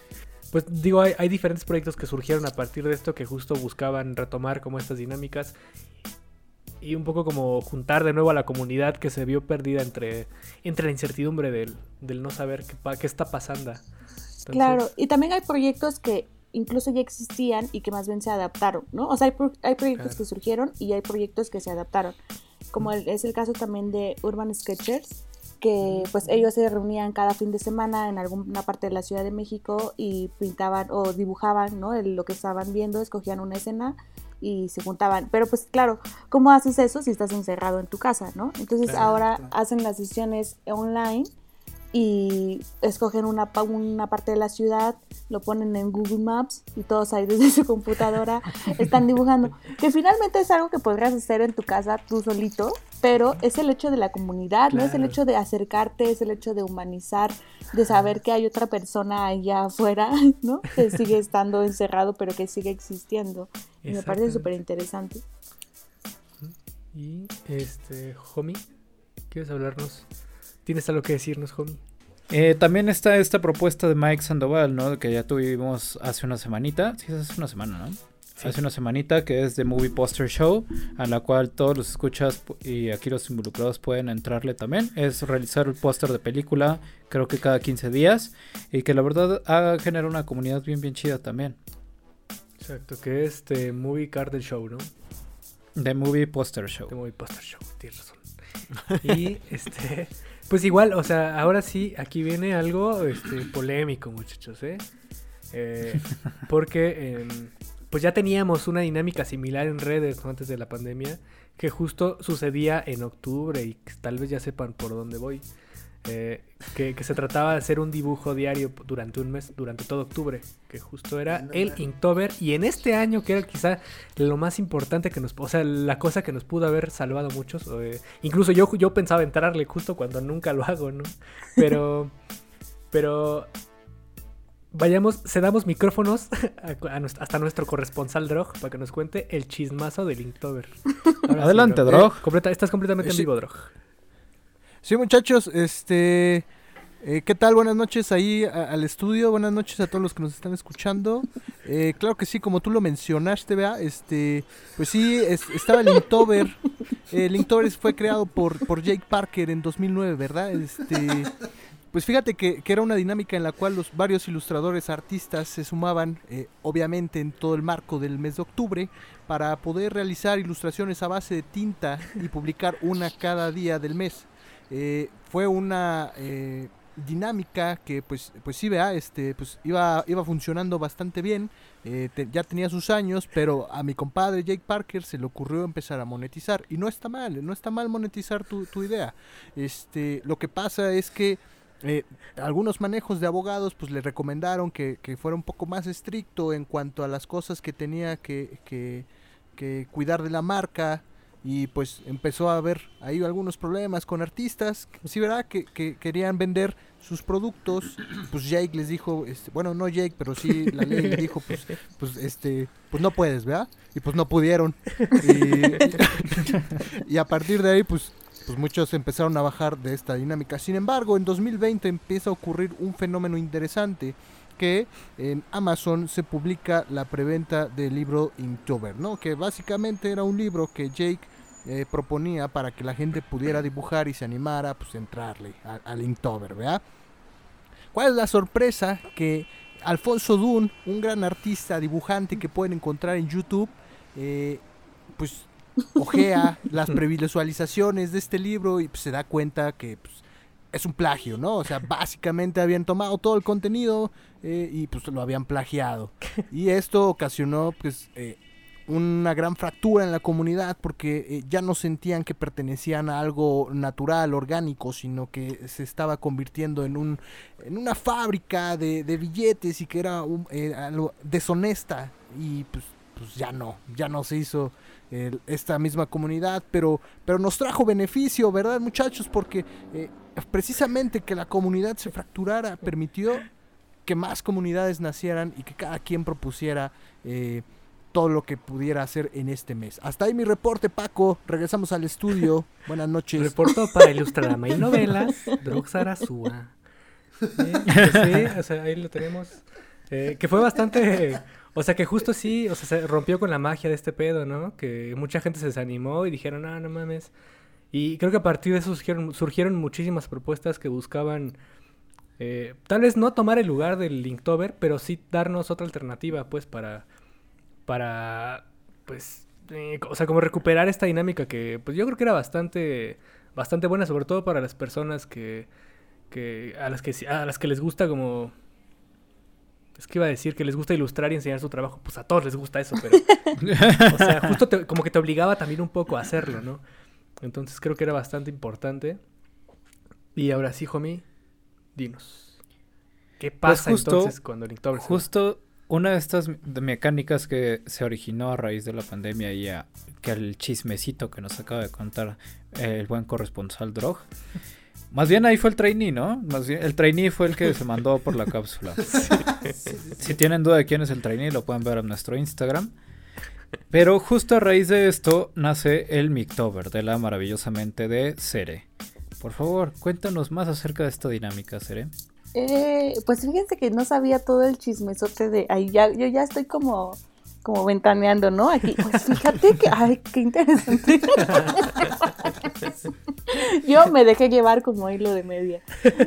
pues digo, hay diferentes proyectos que surgieron a partir de esto que justo buscaban retomar como estas dinámicas y un poco como juntar de nuevo a la comunidad que se vio perdida entre la incertidumbre del no saber qué está pasando. Entonces, claro, y también hay proyectos que incluso ya existían y que más bien se adaptaron, ¿no? O sea, hay proyectos claro. que surgieron y hay proyectos que se adaptaron, como es el caso también de Urban Sketchers, que pues ellos se reunían cada fin de semana en alguna parte de la Ciudad de México y pintaban o dibujaban, ¿no? Lo que estaban viendo, escogían una escena y se juntaban. Pero pues claro, ¿cómo haces eso si estás encerrado en tu casa, ¿no? Entonces Claro, ahora claro. hacen las sesiones online y escogen una parte de la ciudad, lo ponen en Google Maps y todos ahí desde su computadora están dibujando, que finalmente es algo que podrías hacer en tu casa tú solito, pero es el hecho de la comunidad, ¿no? Es el Claro. hecho de acercarte, es el hecho de humanizar, de saber que hay otra persona allá afuera, ¿no? Que sigue estando encerrado, pero que sigue existiendo. Y me parece Exactamente. súper interesante. Y homie, ¿quieres hablarnos? ¿Tienes algo que decirnos, homie? También está esta propuesta de Mike Sandoval, ¿no? Que ya tuvimos hace una semanita. Sí, hace una semana, ¿no? Sí. Hace una semanita, que es The Movie Poster Show, a la cual todos los escuchas y aquí los involucrados pueden entrarle también. Es realizar el póster de película, creo que cada 15 días, y que la verdad ha generado una comunidad bien chida también. Exacto, que es The Movie Card del Show, ¿no? The Movie Poster Show. The Movie Poster Show, tienes razón. Y pues igual, o sea, ahora sí, aquí viene algo polémico, muchachos, porque pues ya teníamos una dinámica similar en redes, ¿no? Antes de la pandemia, que justo sucedía en octubre y que tal vez ya sepan por dónde voy. Que se trataba de hacer un dibujo diario durante un mes, durante todo octubre, que justo era el Inktober, y en este año que era quizá lo más importante que o sea, la cosa que nos pudo haber salvado a muchos, incluso yo pensaba entrarle justo cuando nunca lo hago, ¿no? Pero vayamos, cedamos micrófonos hasta nuestro corresponsal Drog para que nos cuente el chismazo del Inktober. Ahora Adelante, sí, Drog. Estás completamente en Sí. vivo, Drog. Sí, muchachos, ¿qué tal? Buenas noches ahí al estudio, buenas noches a todos los que nos están escuchando. Claro que sí, como tú lo mencionaste, vea, pues sí, estaba el Inktober. El Inktober fue creado por Jake Parker en 2009, ¿verdad? Pues fíjate que era una dinámica en la cual los varios ilustradores artistas se sumaban, obviamente en todo el marco del mes de octubre, para poder realizar ilustraciones a base de tinta y publicar una cada día del mes. Fue una dinámica que pues sí, vea, pues iba funcionando bastante bien. Ya tenía sus años, pero a mi compadre Jake Parker se le ocurrió empezar a monetizar, y no está mal monetizar tu idea. Lo que pasa es que algunos manejos de abogados pues le recomendaron que fuera un poco más estricto en cuanto a las cosas que tenía que cuidar de la marca, y pues empezó a haber ahí algunos problemas con artistas, sí, verdad, que querían vender sus productos. Pues Jake les dijo, bueno, no Jake, pero sí la ley le dijo, pues no puedes, ¿verdad? Y pues no pudieron, y a partir de ahí pues muchos empezaron a bajar de esta dinámica. Sin embargo, en 2020 empieza a ocurrir un fenómeno interesante, que en Amazon se publica la preventa del libro Inktober, ¿no? Que básicamente era un libro que Jake proponía para que la gente pudiera dibujar y se animara pues a entrarle al Inktober, ¿verdad? ¿Cuál es la sorpresa? Que Alfonso Dun, un gran artista dibujante que pueden encontrar en YouTube, pues ojea las previsualizaciones de este libro y pues se da cuenta que pues, es un plagio, ¿no? O sea, básicamente habían tomado todo el contenido y pues lo habían plagiado. Y esto ocasionó pues una gran fractura en la comunidad, porque ya no sentían que pertenecían a algo natural, orgánico, sino que se estaba convirtiendo en una fábrica de billetes, y que era algo deshonesta. Y pues ya no se hizo esta misma comunidad, pero nos trajo beneficio, ¿verdad, muchachos? Porque precisamente que la comunidad se fracturara permitió que más comunidades nacieran y que cada quien propusiera todo lo que pudiera hacer en este mes. Hasta ahí mi reporte, Paco. Regresamos al estudio. Buenas noches. Reportó para Ilustrarama y Novelas, Drog Sarasúa. Pues sí, o sea, ahí lo tenemos. Que fue bastante... O sea, que justo sí, o sea, se rompió con la magia de este pedo, ¿no? Que mucha gente se desanimó y dijeron, no mames. Y creo que a partir de eso surgieron muchísimas propuestas que buscaban, tal vez no tomar el lugar del Inktober, pero sí darnos otra alternativa, pues, para pues, o sea, como recuperar esta dinámica que, pues, yo creo que era bastante buena, sobre todo para las personas a las que les gusta como... Es que iba a decir que les gusta ilustrar y enseñar su trabajo. Pues a todos les gusta eso, pero... o sea, justo como que te obligaba también un poco a hacerlo, ¿no? Entonces creo que era bastante importante. Y ahora sí, homie, dinos. ¿Qué pasa Pues entonces cuando el Inktober se va? Justo una de estas mecánicas que se originó a raíz de la pandemia y que el chismecito que nos acaba de contar el buen corresponsal Drog. Más bien ahí fue el trainee, ¿no? Más bien, el trainee fue el que se mandó por la cápsula. Si tienen duda de quién es el trainee, lo pueden ver en nuestro Instagram. Pero justo a raíz de esto nace el Minktober de la maravillosamente de Cere. Por favor, cuéntanos más acerca de esta dinámica, Cere. Pues fíjense que no sabía todo el chismesote de ahí. Yo ya estoy como ventaneando, ¿no? Aquí, pues fíjate que, ay, qué interesante. Yo me dejé llevar como hilo de media.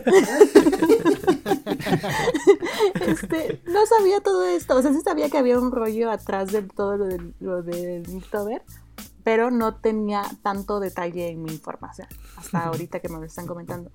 No sabía todo esto, o sea, sí sabía que había un rollo atrás de todo lo del Inktober, pero no tenía tanto detalle en mi información, hasta ahorita que me lo están comentando.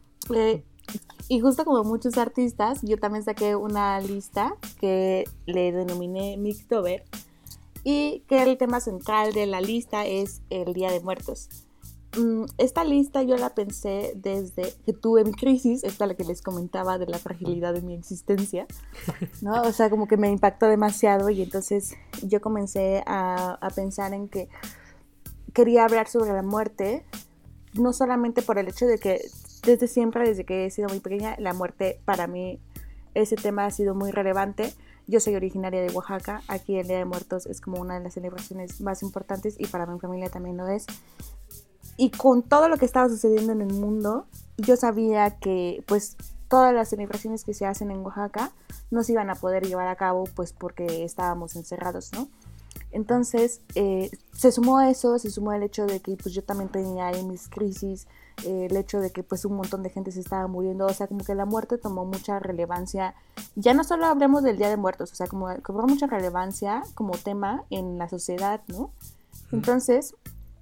Y justo como muchos artistas, yo también saqué una lista que le denominé Minktober y que el tema central de la lista es el Día de Muertos. Esta lista yo la pensé desde que tuve mi crisis, esta la que les comentaba de la fragilidad de mi existencia, ¿no? O sea, como que me impactó demasiado y entonces yo comencé a pensar en que quería hablar sobre la muerte, no solamente por el hecho de que desde siempre, desde que he sido muy pequeña, la muerte para mí, ese tema ha sido muy relevante. Yo soy originaria de Oaxaca, aquí el Día de Muertos es como una de las celebraciones más importantes y para mi familia también lo es. Y con todo lo que estaba sucediendo en el mundo, yo sabía que pues todas las celebraciones que se hacen en Oaxaca no se iban a poder llevar a cabo pues porque estábamos encerrados, ¿no? Entonces se sumó eso, se sumó el hecho de que pues yo también tenía ahí mis crisis, el hecho de que pues un montón de gente se estaba muriendo, o sea como que la muerte tomó mucha relevancia, ya no solo hablemos del Día de Muertos, o sea como cobró mucha relevancia como tema en la sociedad, ¿no? Entonces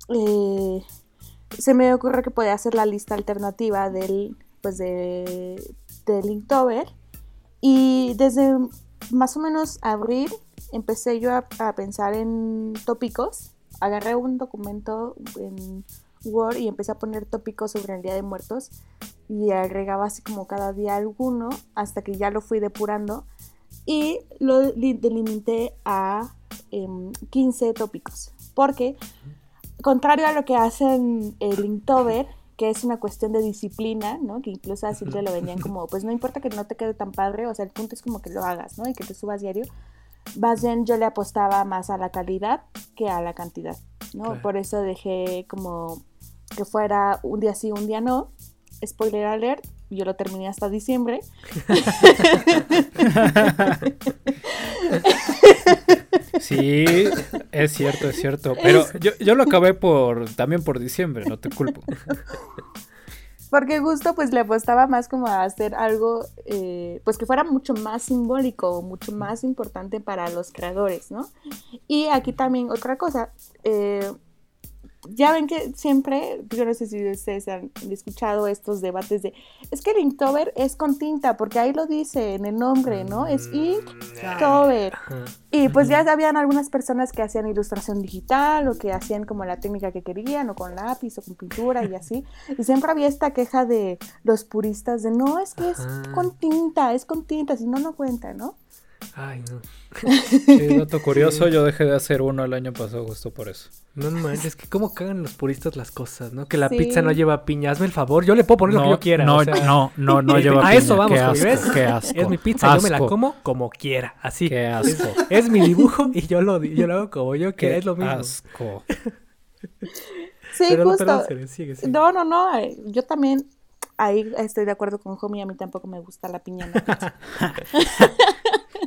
se me ocurrió que podía hacer la lista alternativa del Inktober y desde más o menos abril empecé yo a pensar en tópicos, agarré un documento en Word y empecé a poner tópicos sobre el Día de Muertos y agregaba así como cada día alguno hasta que ya lo fui depurando y lo delimité a 15 tópicos, porque contrario a lo que hacen el Inktober, que es una cuestión de disciplina, ¿no? Que incluso así te lo venían como, pues no importa que no te quede tan padre, o sea, el punto es como que lo hagas, ¿no? Y que te subas diario. Más bien yo le apostaba más a la calidad que a la cantidad, ¿no? Claro. Por eso dejé como que fuera un día sí, un día no. Spoiler alert, yo lo terminé hasta diciembre. Sí, es cierto. Pero yo lo acabé también por diciembre, no te culpo. Porque justo pues le apostaba más como a hacer algo pues que fuera mucho más simbólico, mucho más importante para los creadores, ¿no? Y aquí también otra cosa, ya ven que siempre, yo no sé si ustedes han escuchado estos debates de, es que el Inktober es con tinta, porque ahí lo dice en el nombre, ¿no? Es Inktober. Y pues ya habían algunas personas que hacían ilustración digital o que hacían como la técnica que querían o con lápiz o con pintura y así. Y siempre había esta queja de los puristas de, no, es que es con tinta, si no, no cuenta, ¿no? Ay, no. Sí, dato curioso, yo dejé de hacer uno el año pasado justo por eso. No manches, que cómo cagan los puristas las cosas, ¿no? Que la pizza no lleva piña, hazme el favor, yo le puedo poner lo que yo quiera. No, o sea, no lleva piña. A eso vamos, ¿ves? Qué asco. Es mi pizza, yo me la como como quiera, así. Qué asco. Es mi dibujo y yo lo hago como yo quiera, es lo mismo. Asco. Sí, pero justo. No, sigue. No, yo también ahí estoy de acuerdo con Homie, a mí tampoco me gusta la piña en la pizza.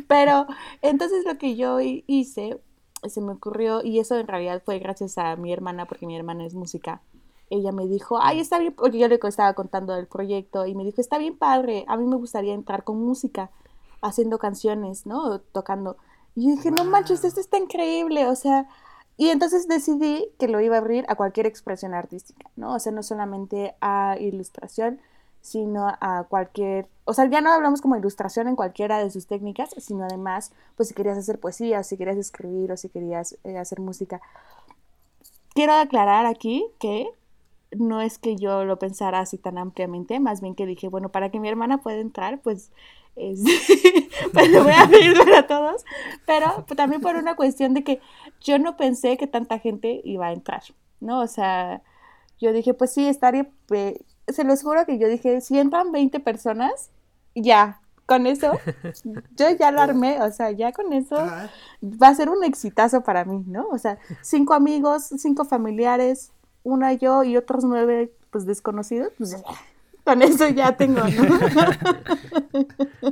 Pero entonces lo que yo hice, se me ocurrió, y eso en realidad fue gracias a mi hermana, porque mi hermana es música. Ella me dijo, ay, está bien, porque yo le estaba contando del proyecto, y me dijo, está bien padre, a mí me gustaría entrar con música, haciendo canciones, ¿no? Tocando. Y yo dije, no manches, esto está increíble, o sea, y entonces decidí que lo iba a abrir a cualquier expresión artística, ¿no? O sea, no solamente a ilustración, sino a cualquier, o sea, ya no hablamos como ilustración en cualquiera de sus técnicas, sino además, pues si querías hacer poesía, o si querías escribir, o si querías hacer música. Quiero aclarar aquí que no es que yo lo pensara así tan ampliamente, más bien que dije, bueno, para que mi hermana pueda entrar, pues, pues lo voy a abrir para todos, pero también por una cuestión de que yo no pensé que tanta gente iba a entrar, ¿no? O sea, yo dije, pues sí, estaría, se los juro que yo dije, si entran 20 personas, ya, con eso, yo ya lo armé, o sea, ya con eso va a ser un exitazo para mí, ¿no? O sea, 5 amigos, 5 familiares, una yo y otros 9, pues, desconocidos, pues, con eso ya tengo, ¿no?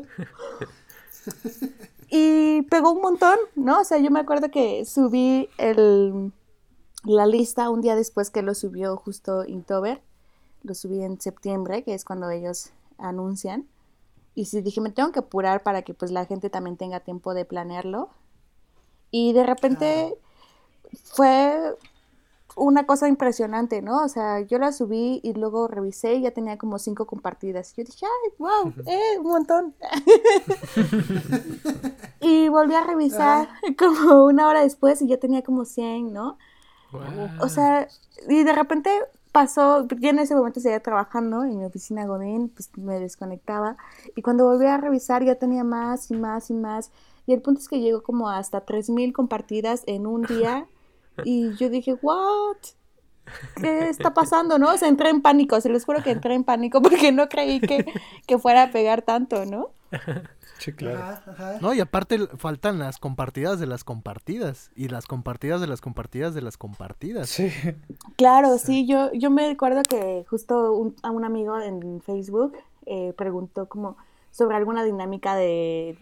Y pegó un montón, ¿no? O sea, yo me acuerdo que subí la lista un día después que lo subió justo Inktober. Lo subí en septiembre, que es cuando ellos anuncian. Y sí dije, me tengo que apurar para que pues la gente también tenga tiempo de planearlo. Y de repente fue una cosa impresionante, ¿no? O sea, yo la subí y luego revisé y ya tenía como 5 compartidas. Yo dije, ay, wow, un montón. Y volví a revisar como una hora después y ya tenía como 100, ¿no? Wow. O sea, y de repente pasó, yo en ese momento seguía trabajando en mi oficina Godín, pues me desconectaba. Y cuando volví a revisar ya tenía más y más y más. Y el punto es que llegó como hasta 3,000 compartidas en un día. Y yo dije, ¿what? ¿Qué está pasando, no? O sea, entré en pánico, se los juro que entré en pánico porque no creí que fuera a pegar tanto, ¿no? Sí, claro. No, y aparte faltan las compartidas de las compartidas. Y las compartidas de las compartidas de las compartidas. Sí. Claro, sí, yo me acuerdo que justo a un amigo en Facebook preguntó como sobre alguna dinámica de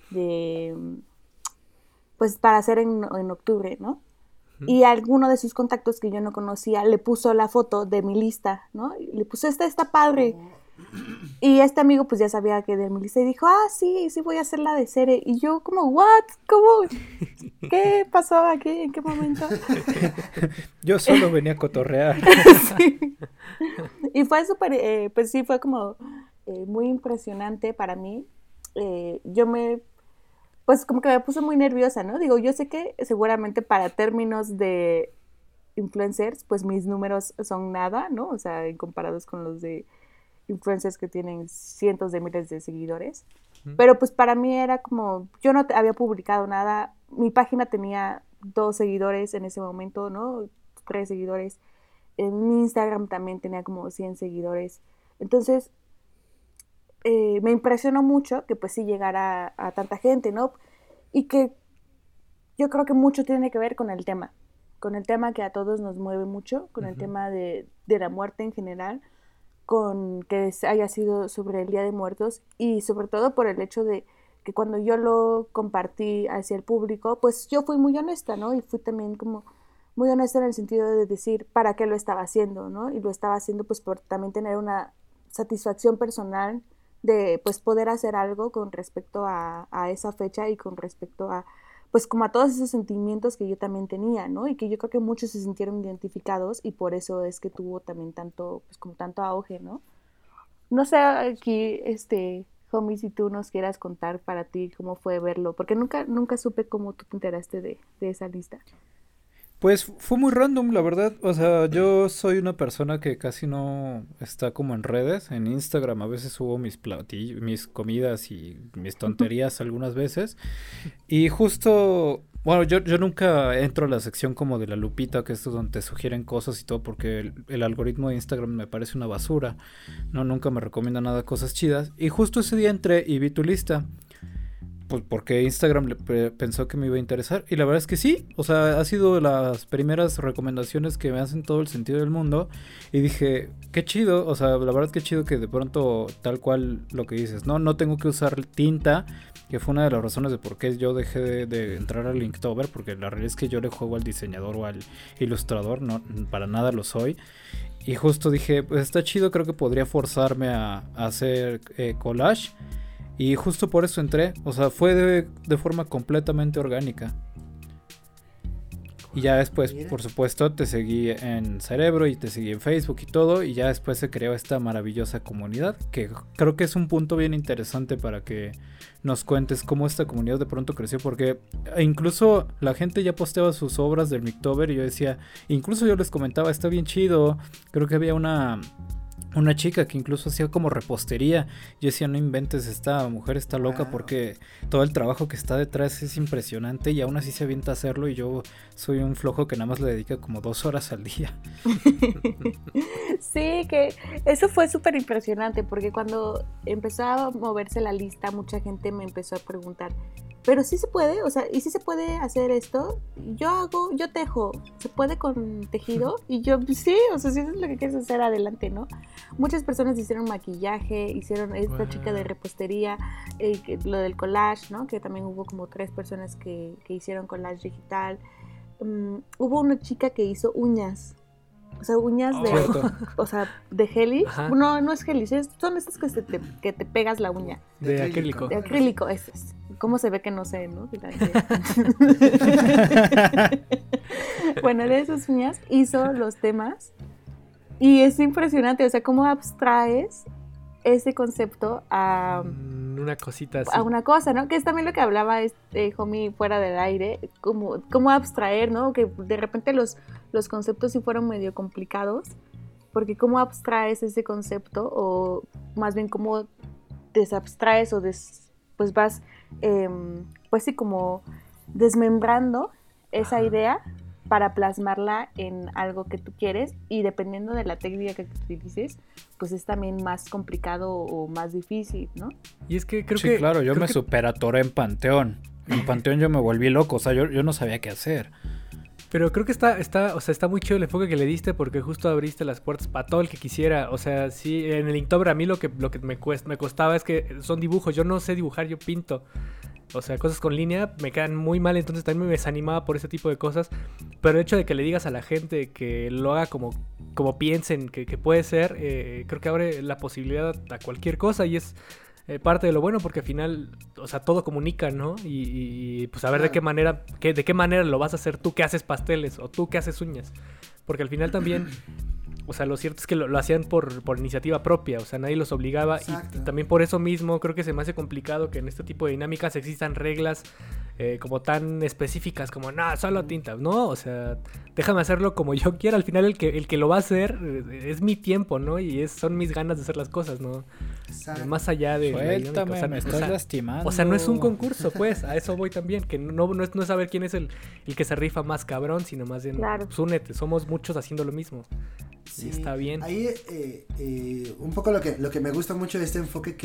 pues para hacer en octubre, ¿no? Y alguno de sus contactos que yo no conocía le puso la foto de mi lista, ¿no? Y le puso, esta está padre. Y este amigo pues ya sabía que de mi lista y dijo, sí voy a hacer la de Cere. Y yo como, ¿what? ¿Cómo? ¿Qué pasó aquí? ¿En qué momento? Yo solo venía a cotorrear. Sí. Y fue súper, pues sí, fue como muy impresionante para mí. Pues como que me puse muy nerviosa, ¿no? Digo, yo sé que seguramente para términos de influencers, pues mis números son nada, ¿no? O sea, comparados con los de influencers que tienen cientos de miles de seguidores. Pero pues para mí era como, yo no había publicado nada, mi página tenía 2 seguidores en ese momento, ¿no? 3 seguidores. En mi Instagram también tenía como 100 seguidores. Entonces, me impresionó mucho que pues sí llegara a tanta gente, ¿no? Y que yo creo que mucho tiene que ver con el tema que a todos nos mueve mucho, con el tema de la muerte en general, con que haya sido sobre el Día de Muertos y sobre todo por el hecho de que cuando yo lo compartí hacia el público, pues yo fui muy honesta, ¿no? Y fui también como muy honesta en el sentido de decir para qué lo estaba haciendo, ¿no? Y lo estaba haciendo pues por también tener una satisfacción personal de pues poder hacer algo con respecto a esa fecha y con respecto a pues como a todos esos sentimientos que yo también tenía, ¿no? Y que yo creo que muchos se sintieron identificados y por eso es que tuvo también tanto, pues como tanto auge, ¿no? No sé, aquí, homie, si tú nos quieras contar para ti cómo fue verlo, porque nunca supe cómo tú te enteraste de esa lista. Pues fue muy random, la verdad. O sea, yo soy una persona que casi no está como en redes. En Instagram a veces subo mis platillos, mis comidas y mis tonterías algunas veces. Y justo, bueno, yo nunca entro a la sección como de la lupita, que es donde te sugieren cosas y todo, porque el algoritmo de Instagram me parece una basura. No, nunca me recomienda nada cosas chidas. Y justo ese día entré y vi tu lista. pues porque Instagram pensó que me iba a interesar. Y la verdad es que sí. O sea, ha sido las primeras recomendaciones que me hacen todo el sentido del mundo. Y dije, qué chido. O sea, la verdad que chido que de pronto, tal cual lo que dices, no tengo que usar tinta. Que fue una de las razones de por qué yo dejé de entrar al Inktober. Porque la realidad es que yo le juego al diseñador o al ilustrador. No, para nada lo soy. Y justo dije, pues está chido, creo que podría forzarme a hacer collage. Y justo por eso entré. O sea, fue de forma completamente orgánica. Y ya después, por supuesto, te seguí en Cerebro y te seguí en Facebook y todo. Y ya después se creó esta maravillosa comunidad. Que creo que es un punto bien interesante para que nos cuentes cómo esta comunidad de pronto creció. Porque incluso la gente ya posteaba sus obras del Inktober. Y yo decía, incluso yo les comentaba, está bien chido. Creo que había una chica que incluso hacía como repostería. Yo decía, no inventes, esta mujer está loca porque todo el trabajo que está detrás es impresionante y aún así se avienta a hacerlo y yo soy un flojo que nada más le dedica como 2 horas al día. Sí, que eso fue súper impresionante porque cuando empezó a moverse la lista mucha gente me empezó a preguntar, pero sí se puede, o sea, ¿y sí se puede hacer esto? Yo tejo, ¿se puede con tejido? Y yo, sí, o sea, si eso es lo que quieres hacer, adelante, ¿no? Muchas personas hicieron maquillaje, hicieron esta chica de repostería, lo del collage, ¿no? Que también hubo como 3 personas que hicieron collage digital. Hubo una chica que hizo uñas. O sea, uñas de... O sea, de gelish. No es gelish, son estas que te pegas la uña. De acrílico. De acrílico, eso es. ¿Cómo se ve que no sé, no? Bueno, de esas uñas hizo los temas. Y es impresionante, o sea, cómo abstraes ese concepto a... una cosita así. A una cosa, ¿no? Que es también lo que hablaba homie fuera del aire, cómo abstraer, ¿no? Que de repente los conceptos sí fueron medio complicados, porque cómo abstraes ese concepto, o más bien cómo desabstraes o pues vas, pues sí, como desmembrando esa idea para plasmarla en algo que tú quieres, y dependiendo de la técnica que utilices, pues es también más complicado o más difícil, ¿no? Y es que creo sí, que... claro, yo me superatoré en Panteón. En Panteón yo me volví loco, o sea, yo no sabía qué hacer. Pero creo que está muy chido el enfoque que le diste, porque justo abriste las puertas para todo el que quisiera. O sea, sí, en el Inktober a mí lo que me costaba es que son dibujos. Yo no sé dibujar, yo pinto. O sea, cosas con línea me quedan muy mal, entonces también me desanimaba por ese tipo de cosas. Pero el hecho de que le digas a la gente que lo haga como piensen que puede ser, creo que abre la posibilidad a cualquier cosa, y es parte de lo bueno, porque al final, o sea, todo comunica, ¿no? Y pues a ver de qué manera lo vas a hacer tú que haces pasteles o tú que haces uñas. Porque al final también... O sea, lo cierto es que lo hacían por iniciativa propia, o sea, nadie los obligaba. Exacto. Y también por eso mismo creo que se me hace complicado que en este tipo de dinámicas existan reglas como tan específicas, como, no, solo tinta, no, o sea, déjame hacerlo como yo quiera. Al final el que lo va a hacer es mi tiempo, ¿no? Y son mis ganas de hacer las cosas, ¿no? Más allá de... Suéltame, o sea, me estás lastimando. O sea, no es un concurso, pues, a eso voy también, que no es saber quién es el que se rifa más cabrón, sino más bien, pues, únete, somos muchos haciendo lo mismo. Sí, está bien. Ahí un poco lo que me gusta mucho de este enfoque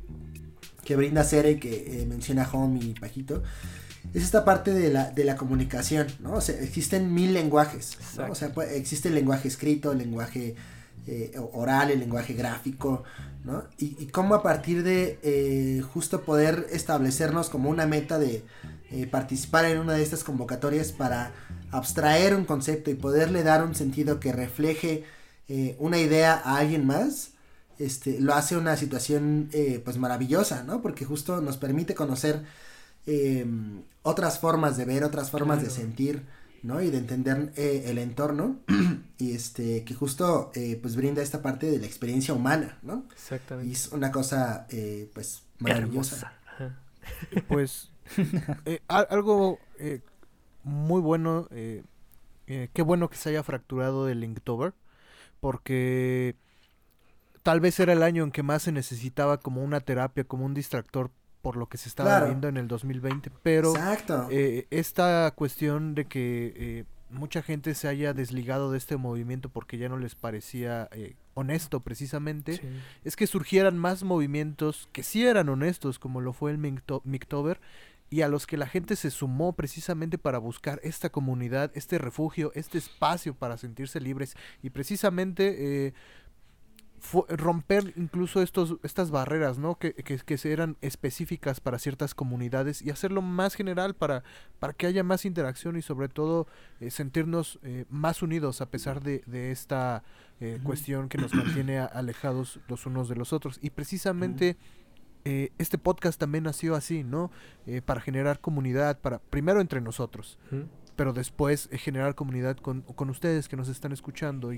que brinda Cere, que menciona Home y Pajito, es esta parte de la comunicación, ¿no? O sea, existen 1000 lenguajes, ¿no? O sea, existe el lenguaje escrito, el lenguaje oral, el lenguaje gráfico, ¿no? Y cómo a partir de justo poder establecernos como una meta de participar en una de estas convocatorias para abstraer un concepto y poderle dar un sentido que refleje una idea a alguien más, lo hace una situación pues maravillosa, ¿no? Porque justo nos permite conocer otras formas de ver, otras formas de sentir, ¿no? Y de entender el entorno y que justo pues brinda esta parte de la experiencia humana, ¿no? Exactamente. Y es una cosa pues maravillosa. Pues algo muy bueno, qué bueno que se haya fracturado el Inktober, porque tal vez era el año en que más se necesitaba como una terapia, como un distractor por lo que se estaba viendo en el 2020, pero esta cuestión de que mucha gente se haya desligado de este movimiento porque ya no les parecía honesto precisamente, Sí. es que surgieran más movimientos que sí eran honestos, como lo fue el Minktober, y a los que la gente se sumó precisamente para buscar esta comunidad, este refugio, este espacio para sentirse libres, y precisamente romper incluso estas barreras, ¿no? Que eran específicas para ciertas comunidades y hacerlo más general para que haya más interacción y sobre todo sentirnos más unidos a pesar de esta cuestión que nos mantiene alejados los unos de los otros. Y precisamente este podcast también nació así, ¿no? Para generar comunidad, primero entre nosotros, pero después generar comunidad con ustedes que nos están escuchando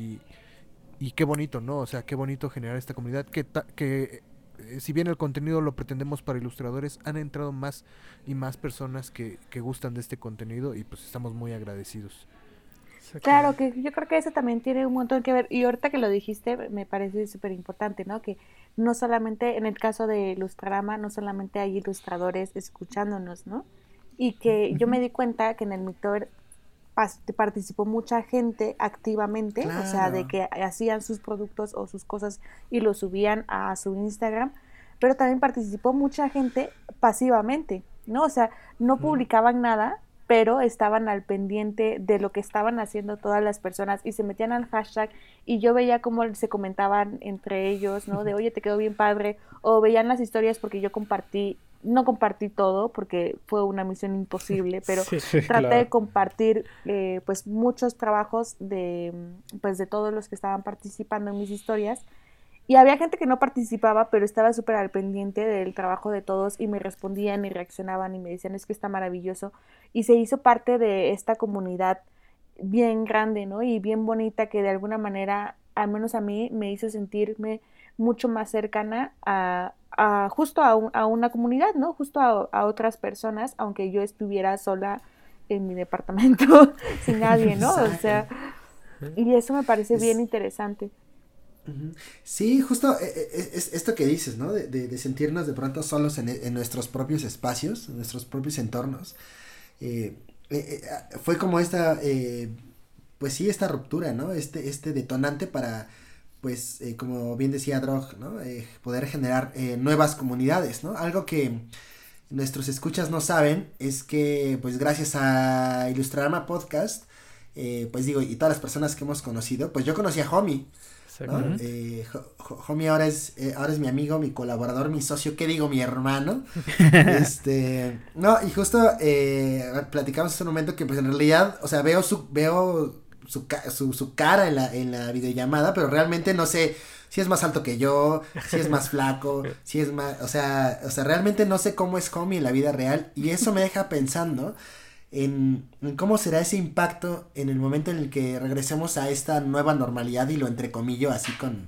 y qué bonito, ¿no? O sea, qué bonito generar esta comunidad que si bien el contenido lo pretendemos para ilustradores, han entrado más y más personas que gustan de este contenido y pues estamos muy agradecidos. Claro, que yo creo que eso también tiene un montón que ver, y ahorita que lo dijiste me parece súper importante, ¿no? Que no solamente en el caso de Ilustrarama, no solamente hay ilustradores escuchándonos, ¿no? Y que yo me di cuenta que en el Minktober participó mucha gente activamente, Claro. o sea, de que hacían sus productos o sus cosas y lo subían a su Instagram, pero también participó mucha gente pasivamente, ¿no? O sea, no publicaban nada, pero estaban al pendiente de lo que estaban haciendo todas las personas y se metían al hashtag y yo veía cómo se comentaban entre ellos, ¿no? De, oye, te quedó bien padre, o veían las historias porque yo no compartí todo porque fue una misión imposible, pero Sí, traté de compartir pues muchos trabajos de todos los que estaban participando en mis historias. Y había gente que no participaba, pero estaba súper al pendiente del trabajo de todos y me respondían y reaccionaban y me decían, es que está maravilloso. Y se hizo parte de esta comunidad bien grande, ¿no? Y bien bonita que de alguna manera, al menos a mí, me hizo sentirme mucho más cercana justo a una comunidad, ¿no? Justo a otras personas, aunque yo estuviera sola en mi departamento sin nadie, ¿no? O sea, y eso me parece bien interesante. Sí, justo es esto que dices, ¿no? De sentirnos de pronto solos en nuestros propios espacios, en nuestros propios entornos. Fue como esta, pues sí, esta ruptura, ¿no? Este detonante para, pues, como bien decía Drog, ¿no? Poder generar nuevas comunidades, ¿no? Algo que nuestros escuchas no saben es que, pues, gracias a Ilustrarama Podcast, pues digo, y todas las personas que hemos conocido, pues yo conocí a Homie, ¿no? Homie ahora es mi amigo, mi colaborador, mi socio, ¿qué digo? Mi hermano. No, y justo platicamos hace un momento que pues en realidad, o sea, veo su cara en la videollamada, pero realmente no sé si es más alto que yo, si es más flaco, si es más, o sea, realmente no sé cómo es Homie en la vida real, y eso me deja pensando en cómo será ese impacto en el momento en el que regresemos a esta nueva normalidad, y lo entrecomillo así con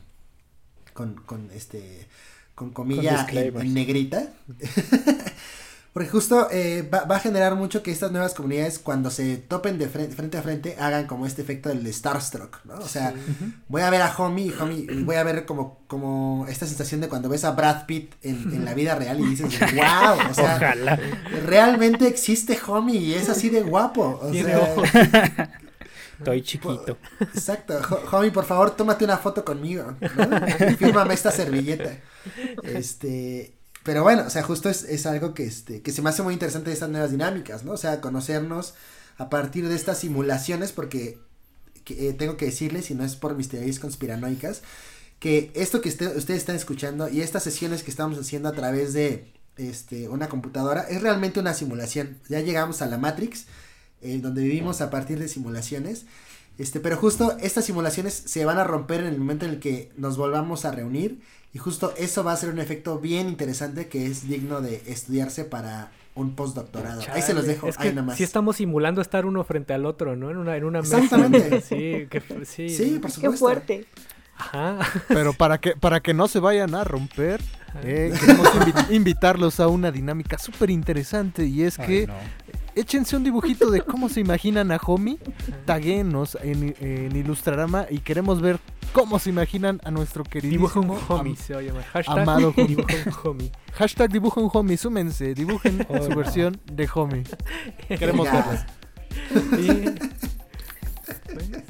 comilla en negrita. Porque justo va a generar mucho que estas nuevas comunidades, cuando se topen de frente a frente, hagan como este efecto del Starstruck, ¿no? O sea, sí. Voy a ver a Homie y voy a ver como esta sensación de cuando ves a Brad Pitt en la vida real y dices, wow, o sea, ojalá. Realmente existe Homie y es así de guapo. O sea, estoy chiquito. Exacto. Homie, por favor, tómate una foto conmigo, ¿no? Y fírmame esta servilleta. Pero bueno, o sea, justo es algo que se me hace muy interesante de estas nuevas dinámicas, ¿no? O sea, conocernos a partir de estas simulaciones, porque tengo que decirles, y no es por mis teorías conspiranoicas, que esto que ustedes están escuchando y estas sesiones que estamos haciendo a través de una computadora es realmente una simulación. Ya llegamos a la Matrix, donde vivimos a partir de simulaciones. Pero justo estas simulaciones se van a romper en el momento en el que nos volvamos a reunir, y justo eso va a ser un efecto bien interesante que es digno de estudiarse para un postdoctorado. Chale, ahí se los dejo, es que ahí nada más. Sí estamos simulando estar uno frente al otro, ¿no? En una mesa. Exactamente. Sí, por supuesto. Qué fuerte. Ajá. Pero para que no se vayan a romper, queremos invitarlos a una dinámica súper interesante, y es que échense un dibujito de cómo se imaginan a Homie, taguenos en Ilustrarama, y queremos ver cómo se imaginan a nuestro queridísimo Homie, se va a llamar. Hashtag amado dibujo un Homie. Hashtag dibujo un Homie, súmense, dibujen su versión de Homie. Queremos verla.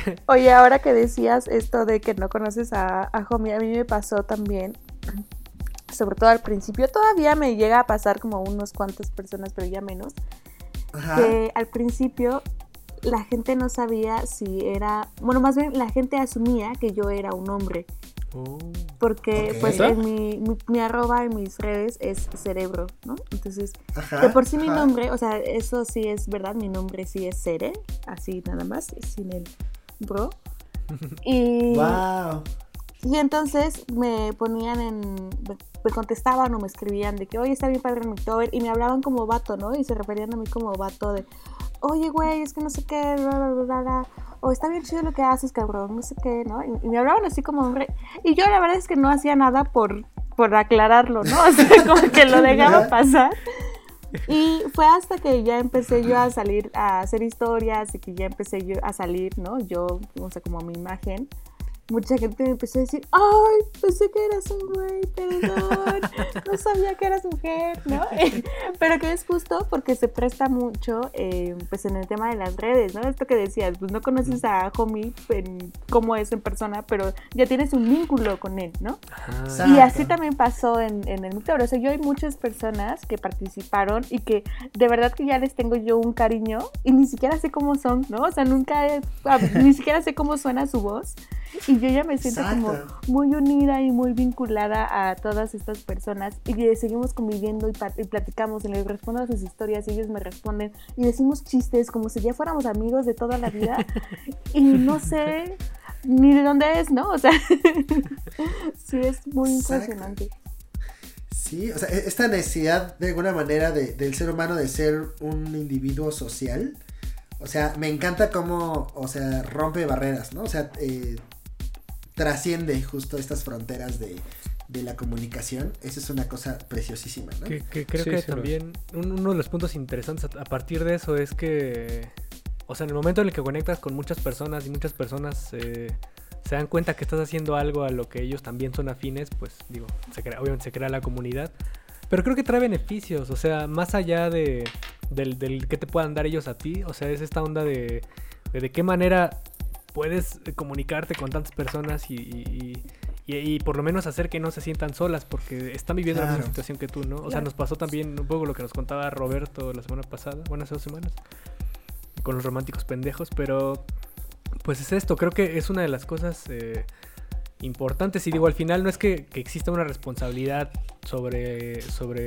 Oye, ahora que decías esto de que no conoces a Homie, a mí me pasó también, sobre todo al principio, todavía me llega a pasar como unos cuantas personas, pero ya menos, Ajá. que al principio la gente no sabía si era, bueno, más bien la gente asumía que yo era un hombre, porque Ok. pues ¿Neta? en mi arroba en mis redes es cerebro, ¿no? Entonces, Ajá. de por sí mi ajá. nombre, o sea, eso sí es verdad, mi nombre sí es Cere, así nada más, sin el bro. Y, Wow. y entonces me ponían me contestaban o me escribían de que, oye, está bien padre el Mictober, y me hablaban como vato, ¿no? Y se referían a mí como vato de, oye, güey, es que no sé qué, bla, bla, bla, bla, bla, o está bien chido lo que haces, cabrón, no sé qué, ¿no? Y me hablaban así como hombre, y yo la verdad es que no hacía nada por aclararlo, ¿no? O sea, como que lo dejaba pasar. Y fue hasta que ya empecé yo a salir a hacer historias y que ya empecé yo a salir, ¿no? Yo, o sea, como mi imagen. Mucha gente me empezó a decir, ay, pensé que eras un güey, perdón, no sabía que eras mujer, ¿no? Pero que es justo porque se presta mucho, pues en el tema de las redes, ¿no? Esto que decías, pues no conoces a Homie cómo es en persona, pero ya tienes un vínculo con él, ¿no? Ajá. Y así Exacto. también pasó en el Mictober. O sea, yo hay muchas personas que participaron y que de verdad que ya les tengo yo un cariño y ni siquiera sé cómo son, ¿no? O sea, ni siquiera sé cómo suena su voz. Y yo ya me siento como Exacto. muy unida y muy vinculada a todas estas personas. Y seguimos conviviendo y platicamos y les respondo a sus historias y ellos me responden. Y decimos chistes como si ya fuéramos amigos de toda la vida. Y no sé ni de dónde es, ¿no? O sea, sí es muy Exacto. impresionante. Sí, o sea, esta necesidad de alguna manera del ser humano de ser un individuo social, o sea, me encanta cómo, o sea, rompe barreras, ¿no? O sea, trasciende justo estas fronteras de la comunicación. Eso es una cosa preciosísima, ¿no? Que creo Sí, que sí lo también uno de los puntos interesantes a partir de eso es que, o sea, en el momento en el que conectas con muchas personas y muchas personas se dan cuenta que estás haciendo algo a lo que ellos también son afines, pues digo, obviamente se crea la comunidad. Pero creo que trae beneficios, o sea, más allá del que te puedan dar ellos a ti, o sea, es esta onda de qué manera puedes comunicarte con tantas personas y por lo menos hacer que no se sientan solas porque están viviendo la misma Claro. situación que tú, ¿no? O sea, Claro. nos pasó también un poco lo que nos contaba Roberto la semana pasada, bueno, hace 2 semanas, con los románticos pendejos, pero pues es esto, creo que es una de las cosas importantes y digo, al final no es que exista una responsabilidad sobre,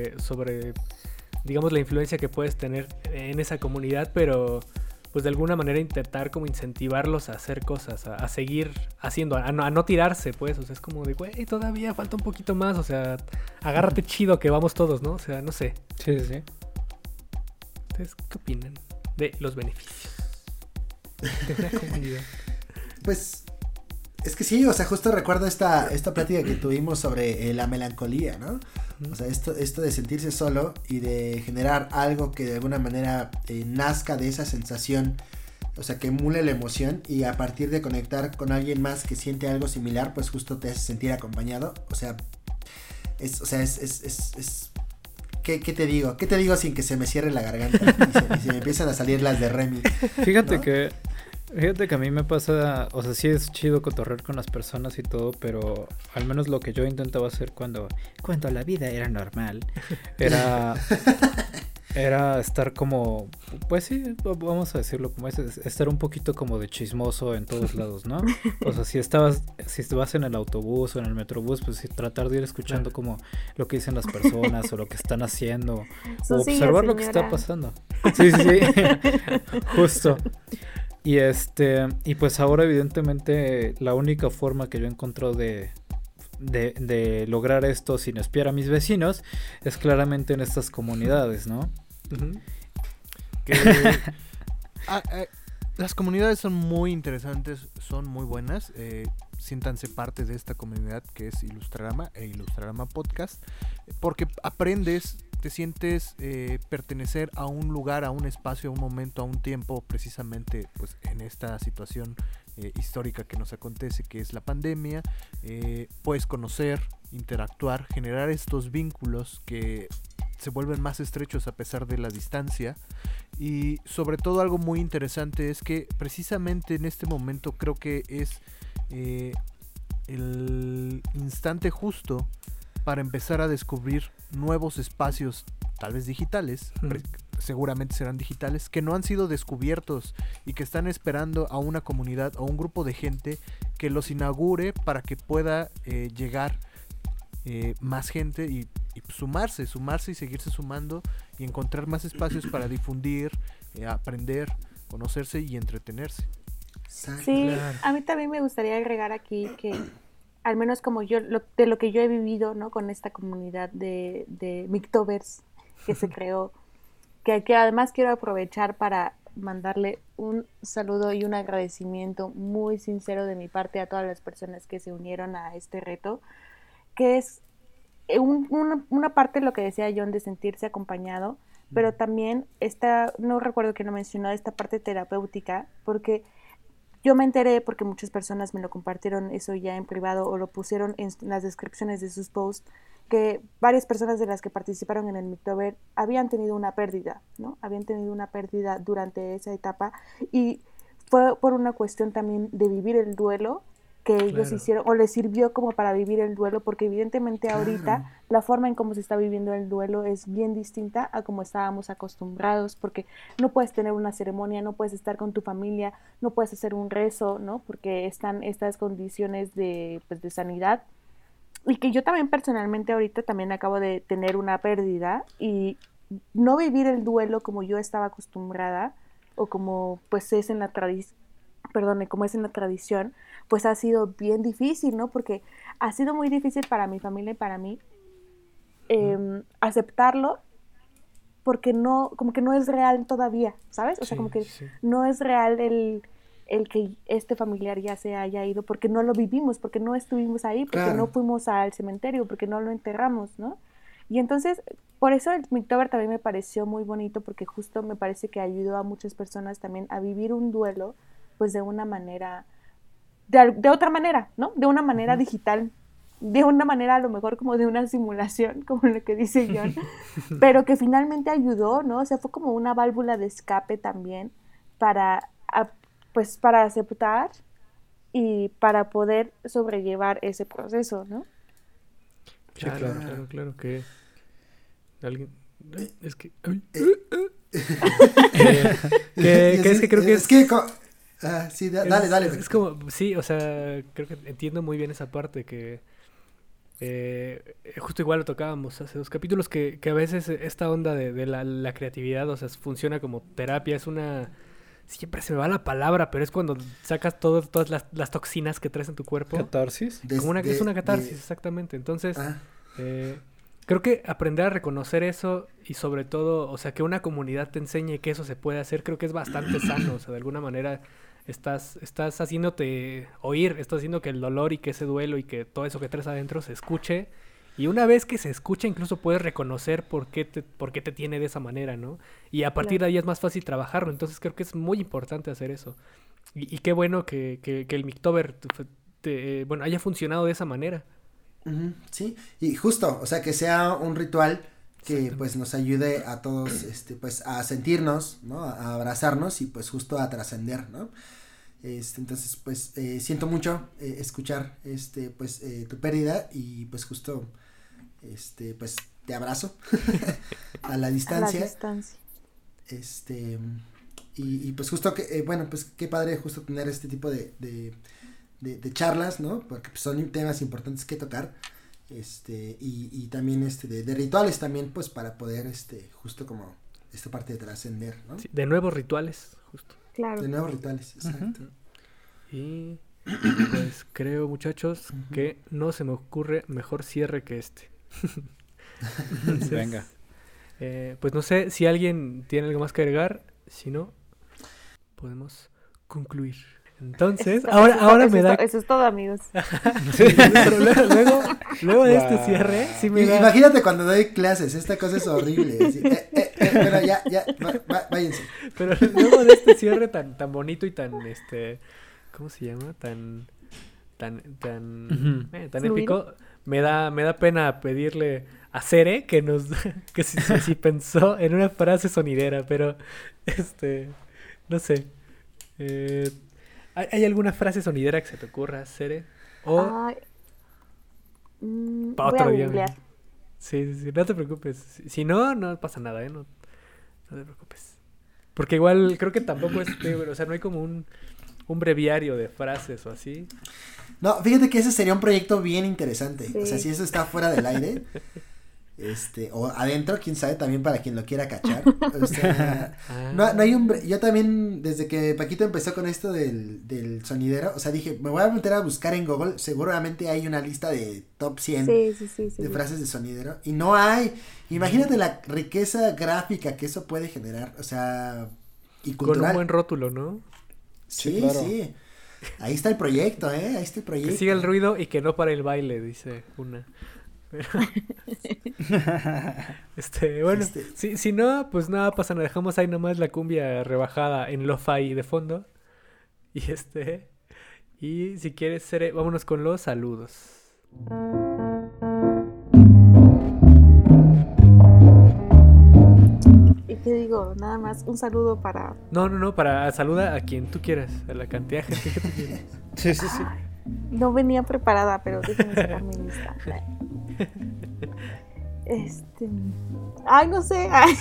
digamos, la influencia que puedes tener en esa comunidad, pero pues de alguna manera intentar como incentivarlos a hacer cosas, a seguir haciendo, a no tirarse, pues, o sea, es como de, güey, todavía falta un poquito más, o sea, agárrate chido que vamos todos, ¿no? O sea, no sé. Sí, sí, sí. ¿Ustedes qué opinan de los beneficios de una comunidad? Pues es que sí, o sea, justo recuerdo esta plática que tuvimos sobre la melancolía, ¿no? O sea, esto de sentirse solo y de generar algo que de alguna manera nazca de esa sensación, o sea, que emule la emoción y a partir de conectar con alguien más que siente algo similar, pues justo te hace sentir acompañado. O sea, ¿qué te digo? ¿Qué te digo sin que se me cierre la garganta y se me empiezan a salir las de Remy? Fíjate ¿No? que a mí me pasa, o sea, sí es chido cotorrear con las personas y todo, pero al menos lo que yo intentaba hacer cuando la vida era normal, era estar como, pues sí, vamos a decirlo como es estar un poquito como de chismoso en todos lados, ¿no? O sea, si vas en el autobús o en el metrobús, pues sí, tratar de ir escuchando como lo que dicen las personas o lo que están haciendo Su o silla, observar lo que está señora. pasando. Sí, sí, sí. Justo. Y pues ahora evidentemente la única forma que yo encuentro de lograr esto sin espiar a mis vecinos es claramente en estas comunidades, ¿no? Ujú. Las comunidades son muy interesantes, son muy buenas. Siéntanse parte de esta comunidad que es Ilustrarama e Ilustrarama Podcast, porque aprendes, te sientes pertenecer a un lugar, a un espacio, a un momento, a un tiempo, precisamente pues en esta situación histórica que nos acontece, que es la pandemia. Puedes conocer, interactuar, generar estos vínculos que se vuelven más estrechos a pesar de la distancia. Y sobre todo algo muy interesante es que precisamente en este momento creo que es el instante justo para empezar a descubrir nuevos espacios, tal vez digitales, seguramente serán digitales, que no han sido descubiertos y que están esperando a una comunidad o un grupo de gente que los inaugure para que pueda llegar más gente y sumarse y seguirse sumando y encontrar más espacios para difundir, aprender, conocerse y entretenerse. Sí, claro. A mí también me gustaría agregar aquí que al menos como yo, de lo que yo he vivido, ¿no? Con esta comunidad de Mictovers que se creó, que además quiero aprovechar para mandarle un saludo y un agradecimiento muy sincero de mi parte a todas las personas que se unieron a este reto, que es una parte de lo que decía John de sentirse acompañado, pero también no recuerdo que no mencionó esta parte terapéutica, porque yo me enteré, porque muchas personas me lo compartieron eso ya en privado o lo pusieron en las descripciones de sus posts, que varias personas de las que participaron en el Mictober habían tenido una pérdida, ¿no? Habían tenido una pérdida durante esa etapa y fue por una cuestión también de vivir el duelo que ellos hicieron, o les sirvió como para vivir el duelo, porque evidentemente ahorita la forma en cómo se está viviendo el duelo es bien distinta a como estábamos acostumbrados, porque no puedes tener una ceremonia, no puedes estar con tu familia, no puedes hacer un rezo, ¿no? Porque están estas condiciones de sanidad, y que yo también personalmente ahorita también acabo de tener una pérdida, y no vivir el duelo como yo estaba acostumbrada, o como pues es en la tradición, pues ha sido bien difícil, ¿no? Porque ha sido muy difícil para mi familia y para mí aceptarlo, porque como que no es real todavía, ¿sabes? O sea, como que no es real el que este familiar ya se haya ido, porque no lo vivimos, porque no estuvimos ahí, porque no fuimos al cementerio, porque no lo enterramos, ¿no? Y entonces, por eso el Mictober también me pareció muy bonito, porque justo me parece que ayudó a muchas personas también a vivir un duelo, pues de una manera, de otra manera, ¿no? De una manera digital, de una manera a lo mejor como de una simulación, como lo que dice John, pero que finalmente ayudó, ¿no? O sea, fue como una válvula de escape también para aceptar y para poder sobrellevar ese proceso, ¿no? Claro, que alguien... Es que... creo que es... sí, dale. Es como, sí, o sea, creo que entiendo muy bien esa parte que justo igual lo tocábamos hace 2 capítulos, que a veces esta onda de la creatividad, o sea, funciona como terapia, es una... Siempre se me va la palabra, pero es cuando sacas todas las toxinas que traes en tu cuerpo. ¿Catarsis? Es una catarsis, exactamente. Entonces, creo que aprender a reconocer eso y sobre todo, o sea, que una comunidad te enseñe que eso se puede hacer, creo que es bastante sano. O sea, de alguna manera estás haciéndote oír, estás haciendo que el dolor y que ese duelo y que todo eso que traes adentro se escuche. Y una vez que se escucha, incluso puedes reconocer por qué te tiene de esa manera, ¿no? Y a partir de ahí es más fácil trabajarlo. Entonces creo que es muy importante hacer eso. Y qué bueno que el Mictober haya funcionado de esa manera. Sí, y justo, o sea, que sea un ritual que pues nos ayude a todos pues a sentirnos, ¿no? A abrazarnos y pues justo a trascender, ¿no? Entonces pues siento mucho escuchar tu pérdida y pues justo pues te abrazo a la distancia. Y pues justo que pues qué padre justo tener este tipo de charlas, ¿no? Porque pues, son temas importantes que tocar. Y también de rituales también, pues para poder justo como esta parte de trascender, ¿no? Sí, de nuevos rituales, justo. Claro. De nuevos rituales, exacto. Y pues creo, muchachos, que no se me ocurre mejor cierre que este. Entonces, venga. Pues no sé si alguien tiene algo más que agregar, si no, podemos concluir. Entonces, ahora me da... Eso es todo, amigos. Pero luego de este cierre, sí me da... Imagínate cuando doy clases, esta cosa es horrible. Así, bueno, ya, váyanse. Pero luego de este cierre tan bonito y tan, ¿cómo se llama? Tan épico, me da pena pedirle a Cere que que si pensó en una frase sonidera, pero no sé. ¿Hay alguna frase sonidera que se te ocurra, Cere? O Ay, pa' voy a otro día. googlear. Sí, no te preocupes. Si no, no pasa nada, ¿eh? No te preocupes. Porque igual creo que tampoco o sea, no hay como un breviario de frases o así. No, fíjate que ese sería un proyecto bien interesante. Sí. O sea, si eso está fuera del aire, o adentro, quién sabe, también para quien lo quiera cachar. O sea, no hay yo también, desde que Paquito empezó con esto del sonidero, o sea, dije, me voy a meter a buscar en Google, seguramente hay una lista de top 100 Sí. de frases de sonidero, y no hay. Imagínate la riqueza gráfica que eso puede generar, o sea, y Con cultural. un buen rótulo, ¿no? Sí, Sí, claro. sí. Ahí está el proyecto, ahí está el proyecto. Que siga el ruido y que no para el baile, dice una. Pero... bueno, si no, pues nada pasa, nada, dejamos ahí nomás la cumbia rebajada en lo-fi de fondo. Y y si quieres, Cere, vámonos con los saludos. ¿Y qué digo? Nada más un saludo para... No, saluda a quien tú quieras, a la cantidad de gente que tú quieras. Sí. No venía preparada, pero déjenme sacar mi lista. Ay, no sé. Ay.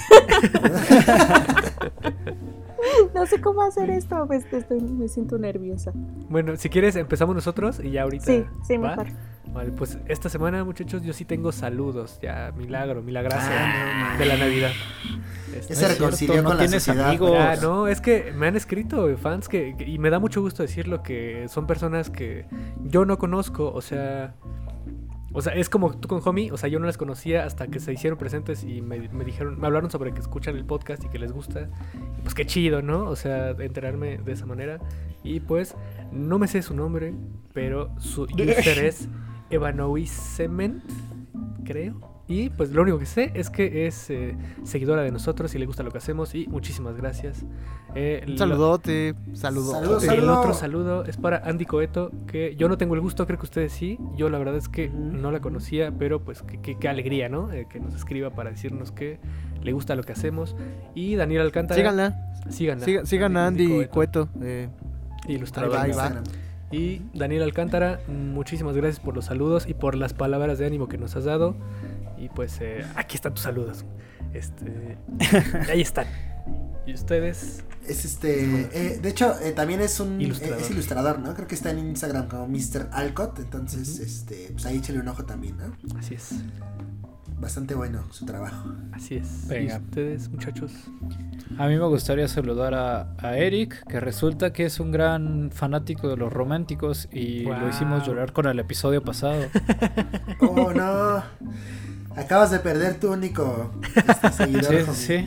No sé cómo hacer esto. Me siento nerviosa. Bueno, si quieres empezamos nosotros y ya ahorita. Sí, ¿va? mejor. Vale, pues esta semana, muchachos, yo sí tengo saludos. Ya, milagracia de la Navidad. Ya se reconcilió cierto, no con la tienes sociedad. amigos. Ah, no, es que me han escrito fans y me da mucho gusto decirlo, que son personas que yo no conozco, o sea, es como tú con Homie, o sea, yo no las conocía hasta que se hicieron presentes y me dijeron, me hablaron sobre que escuchan el podcast y que les gusta, y pues qué chido, ¿no? O sea, enterarme de esa manera, y pues, no me sé su nombre, pero su user es Evanoisemen, creo. Y pues lo único que sé es que es seguidora de nosotros y le gusta lo que hacemos, y muchísimas gracias. Un saludote, Saludos. El otro saludo es para Andy Coeto, que yo no tengo el gusto, creo que ustedes sí. Yo la verdad es que no la conocía, pero pues qué alegría, ¿no? Que nos escriba para decirnos que le gusta lo que hacemos. Y Daniel Alcántara. Sigan a Andy Cueto. Ilustrador. Ahí va. Y Daniel Alcántara, muchísimas gracias por los saludos y por las palabras de ánimo que nos has dado. Y pues aquí están tus saludos. Ahí están. ¿Y ustedes? Es de hecho, también es Ilustrador. ilustrador, ¿no? Creo que está en Instagram como Mr. Alcott, entonces, pues ahí échale un ojo también, ¿no? Así es. Bastante bueno su trabajo. Así es. Venga. ¿Y ustedes, muchachos? A mí me gustaría saludar a Eric, que resulta que es un gran fanático de los románticos y Wow. lo hicimos llorar con el episodio pasado. Oh, no. Acabas de perder tu único seguidor. Sí.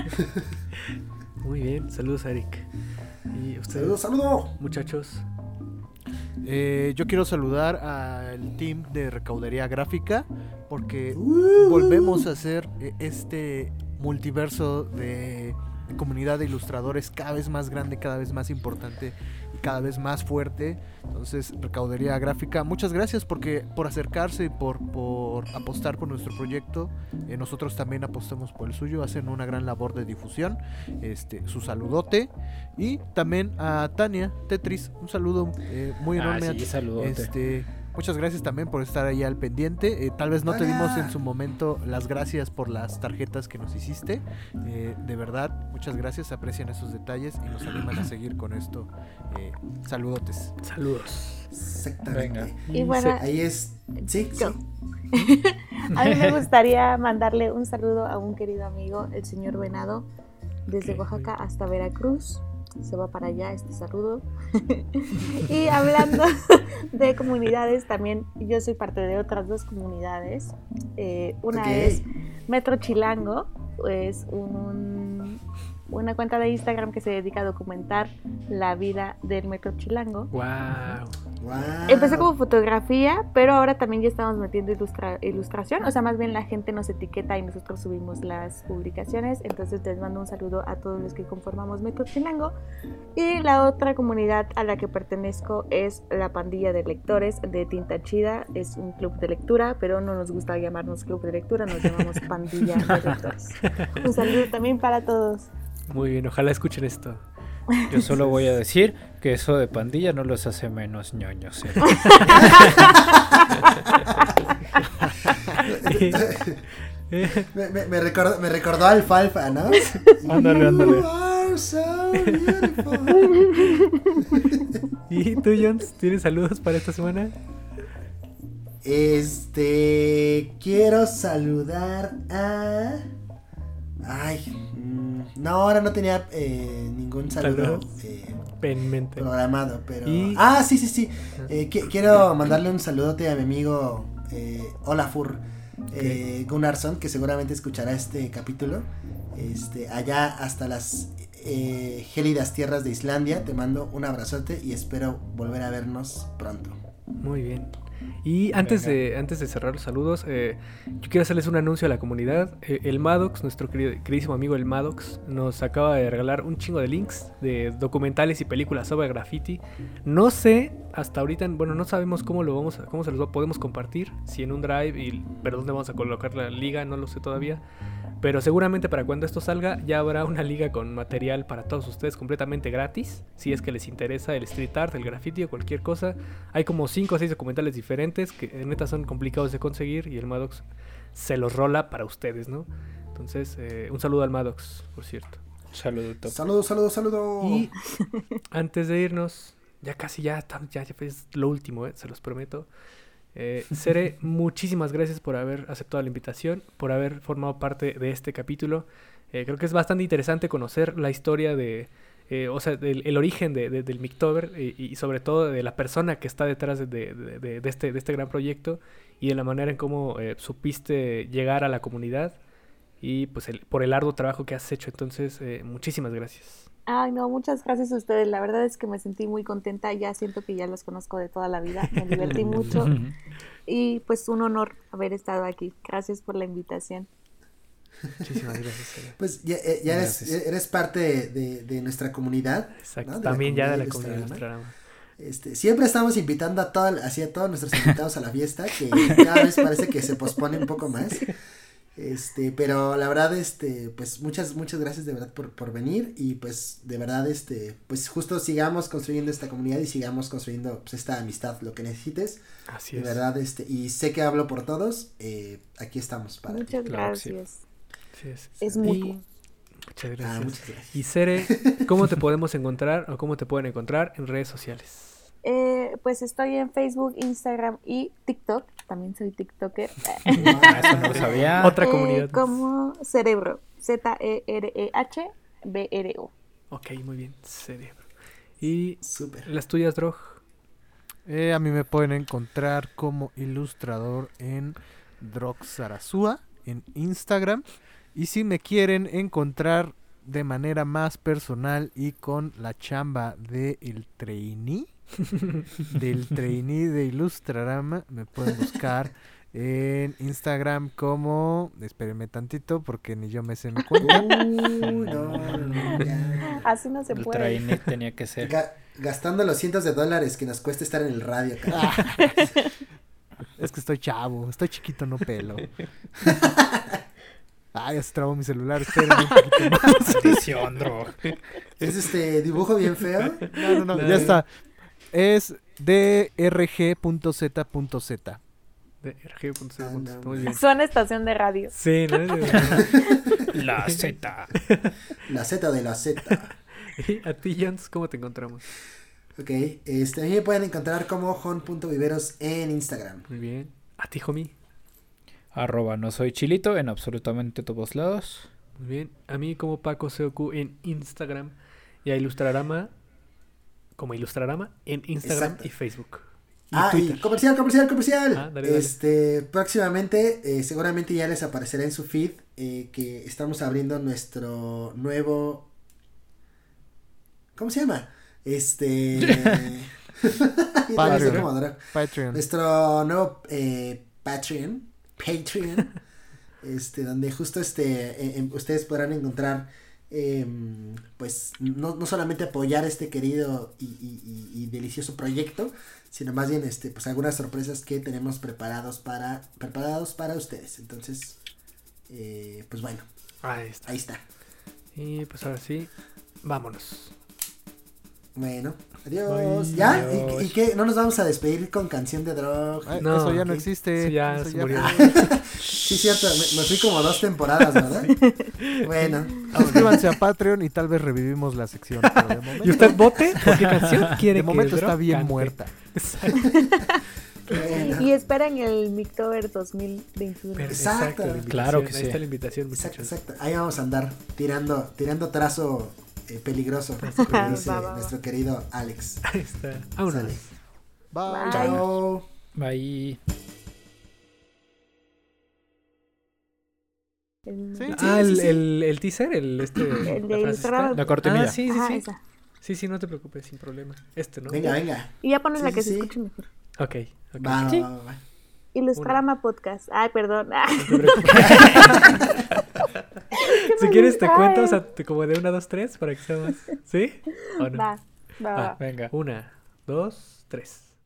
Muy bien, saludos a Eric. ¿Y ustedes, Saludos. muchachos? Yo quiero saludar al team de Recaudería Gráfica porque volvemos a hacer este multiverso de comunidad de ilustradores cada vez más grande, cada vez más importante y cada vez más fuerte. Entonces, Recaudería Gráfica, muchas gracias por acercarse y por apostar por nuestro proyecto. Nosotros también apostamos por el suyo, hacen una gran labor de difusión. Su saludote. Y también a Tania Tetris, un saludo muy enorme. Sí, saludote. Muchas gracias también por estar ahí al pendiente. Tal vez no te dimos en su momento las gracias por las tarjetas que nos hiciste. De verdad, muchas gracias. Aprecian esos detalles y nos animan a seguir con esto. Saludotes. Saludos. Exactamente. Venga. Y bueno, Ahí es. Sí. Go. A mí me gustaría mandarle un saludo a un querido amigo, el señor Venado, desde Ok, Oaxaca hasta Veracruz. Se va para allá este saludo. Y hablando de comunidades, también yo soy parte de otras dos comunidades. Una Ok. es Metro Chilango, es una cuenta de Instagram que se dedica a documentar la vida del Metro Chilango. Wow. Wow. Empecé como fotografía, pero ahora también ya estamos metiendo ilustración. O sea, más bien la gente nos etiqueta y nosotros subimos las publicaciones. Entonces les mando un saludo a todos los que conformamos Metro Chilango. Y la otra comunidad a la que pertenezco es la pandilla de lectores de Tinta Chida. Es un club de lectura, pero no nos gusta llamarnos club de lectura, nos llamamos pandilla de lectores. Un saludo también para todos. Muy bien, ojalá escuchen esto. Yo solo voy a decir que eso de pandilla no los hace menos ñoños. Me recordó a Alfalfa, ¿no? Ándale. You are so beautiful. ¿Y tú, Jones, tienes saludos para esta semana? Quiero saludar a... no, ahora no tenía ningún saludo En mente. programado, pero... Y- sí. Quiero mandarle un saludote a mi amigo Olafur Gunnarsson, que seguramente escuchará este capítulo. Allá hasta las gélidas tierras de Islandia. Te mando un abrazote y espero volver a vernos pronto. Muy bien. Y antes de cerrar los saludos, yo quiero hacerles un anuncio a la comunidad. El Maddox, nuestro queridísimo amigo el Maddox, nos acaba de regalar un chingo de links de documentales y películas sobre graffiti. No sé, hasta ahorita, bueno, no sabemos cómo se los podemos compartir, si en un drive, pero dónde vamos a colocar la liga, no lo sé todavía. Pero seguramente para cuando esto salga ya habrá una liga con material para todos ustedes completamente gratis. Si es que les interesa el street art, el graffiti o cualquier cosa. Hay como 5 o 6 documentales diferentes que neta son complicados de conseguir y el Maddox se los rola para ustedes, ¿no? Entonces, un saludo al Maddox, por cierto. Saludo. Saludos. Y antes de irnos, ya es lo último, se los prometo. Cere, muchísimas gracias por haber aceptado la invitación, por haber formado parte de este capítulo. Creo que es bastante interesante conocer la historia el origen del Micktober y sobre todo de la persona que está detrás de este gran proyecto y de la manera en cómo supiste llegar a la comunidad y pues por el arduo trabajo que has hecho. Entonces, muchísimas gracias. Ay, no, muchas gracias a ustedes. La verdad es que me sentí muy contenta. Ya siento que ya los conozco de toda la vida. Me divertí mucho. Y pues un honor haber estado aquí. Gracias por la invitación. Muchísimas gracias, Cere. Pues ya Gracias. eres parte de nuestra comunidad. Exacto, ¿no? también ya de la Ilustrarama. comunidad Ilustrarama. Siempre estamos invitando a todos nuestros invitados a la fiesta, que cada vez parece que se pospone un poco más. Pero la verdad, pues muchas gracias de verdad por venir y pues de verdad, pues justo sigamos construyendo esta comunidad y sigamos construyendo pues esta amistad, lo que necesites. Así De es. verdad, y sé que hablo por todos, aquí estamos para ti. Muchas Claro que sí. gracias. Así es. Es Y- mutuo. Muchas gracias. Muchas gracias. Y Cere, ¿cómo te podemos encontrar o cómo te pueden encontrar en redes sociales? Pues estoy en Facebook, Instagram y TikTok. También soy TikToker. Eso no lo sabía. Otra comunidad más. Como Cerebro. ZEREHBRO. Ok, muy bien, Cerebro. Y Súper. las tuyas, Drog. A mí me pueden encontrar como ilustrador en Droxarazúa en Instagram. Y si me quieren encontrar de manera más personal y con la chamba del trainee de Ilustrarama, me pueden buscar en Instagram como... Espérenme tantito porque ni yo me sé mi cuenta. No, ya. Así no se El puede. trainee tenía que ser. Gastando los cientos de dólares que nos cuesta estar en el radio. Es que estoy chavo, estoy chiquito, no pelo. Ay, ya se trabó mi celular, espérenme un poquito más. Maldición, Drog. Es dibujo bien feo. No, ya está. Es drg.z.z. De RG.0. Ah, no, Muy bien. Suena estación de radio. Sí, ¿no? La Z. La Z de la Z. Y a ti, Jones, ¿cómo te encontramos? Ok, a mí me pueden encontrar como jon.viveros en Instagram. Muy bien. A ti, homie. @ no soy chilito en absolutamente todos lados. Muy bien. A mí como Paco Seoku en Instagram. Y a Ilustrarama como Ilustrarama en Instagram Exacto. y Facebook. Y Y Twitter. comercial. Ah, dale. Próximamente, seguramente ya les aparecerá en su feed que estamos abriendo nuestro nuevo... ¿Cómo se llama? Patreon. Patreon. Nuestro nuevo Patreon, donde justo ustedes podrán encontrar, pues, no solamente apoyar este querido y delicioso proyecto, sino más bien, pues, algunas sorpresas que tenemos preparados para ustedes. Entonces, pues bueno, Ahí ahí está. Y pues ahora sí, vámonos. Bueno, adiós. Bye. ¿Ya? Adiós. ¿Y qué? ¿No nos vamos a despedir con canción de Drog? Ay, No, eso ya no ok. existe. Sí, ya Eso se murió. Sí, cierto, me fui como 2 temporadas, ¿verdad? Bueno, Suscríbanse a Patreon y tal vez revivimos la sección. Pero de momento, ¿Y usted vote? ¿Por qué canción quiere de momento que está Drog bien cante? muerta. Exacto. bueno. Y esperen el Mictober 2021. Exacto. la invitación. Claro que Ahí sí. está la invitación, Exacto, muchachos. exacto. Ahí vamos a andar tirando peligroso, Va, dice va, va. nuestro querido Alex. Ahí está. Vámonos. Sale. Bye. Bye. Chao. Bye. El, Sí. El teaser, el la de frasecita. ilustrar. La cortinilla. Ah, sí, sí, Ajá, sí. esa. Sí, no te preocupes, sin problema. ¿No? Venga. Y ya pones Sí, la que sí, se sí. escuche mejor. Ok. Va, Sí. va. Ilustrarama Podcast. Ay, perdón. No te preocupes. Si quieres te distraes. cuento, o sea, como de 1, 2, 3 para que sea más. ¿Sí? ¿O no? Va, va, Va. va. Venga. 1, 2, 3.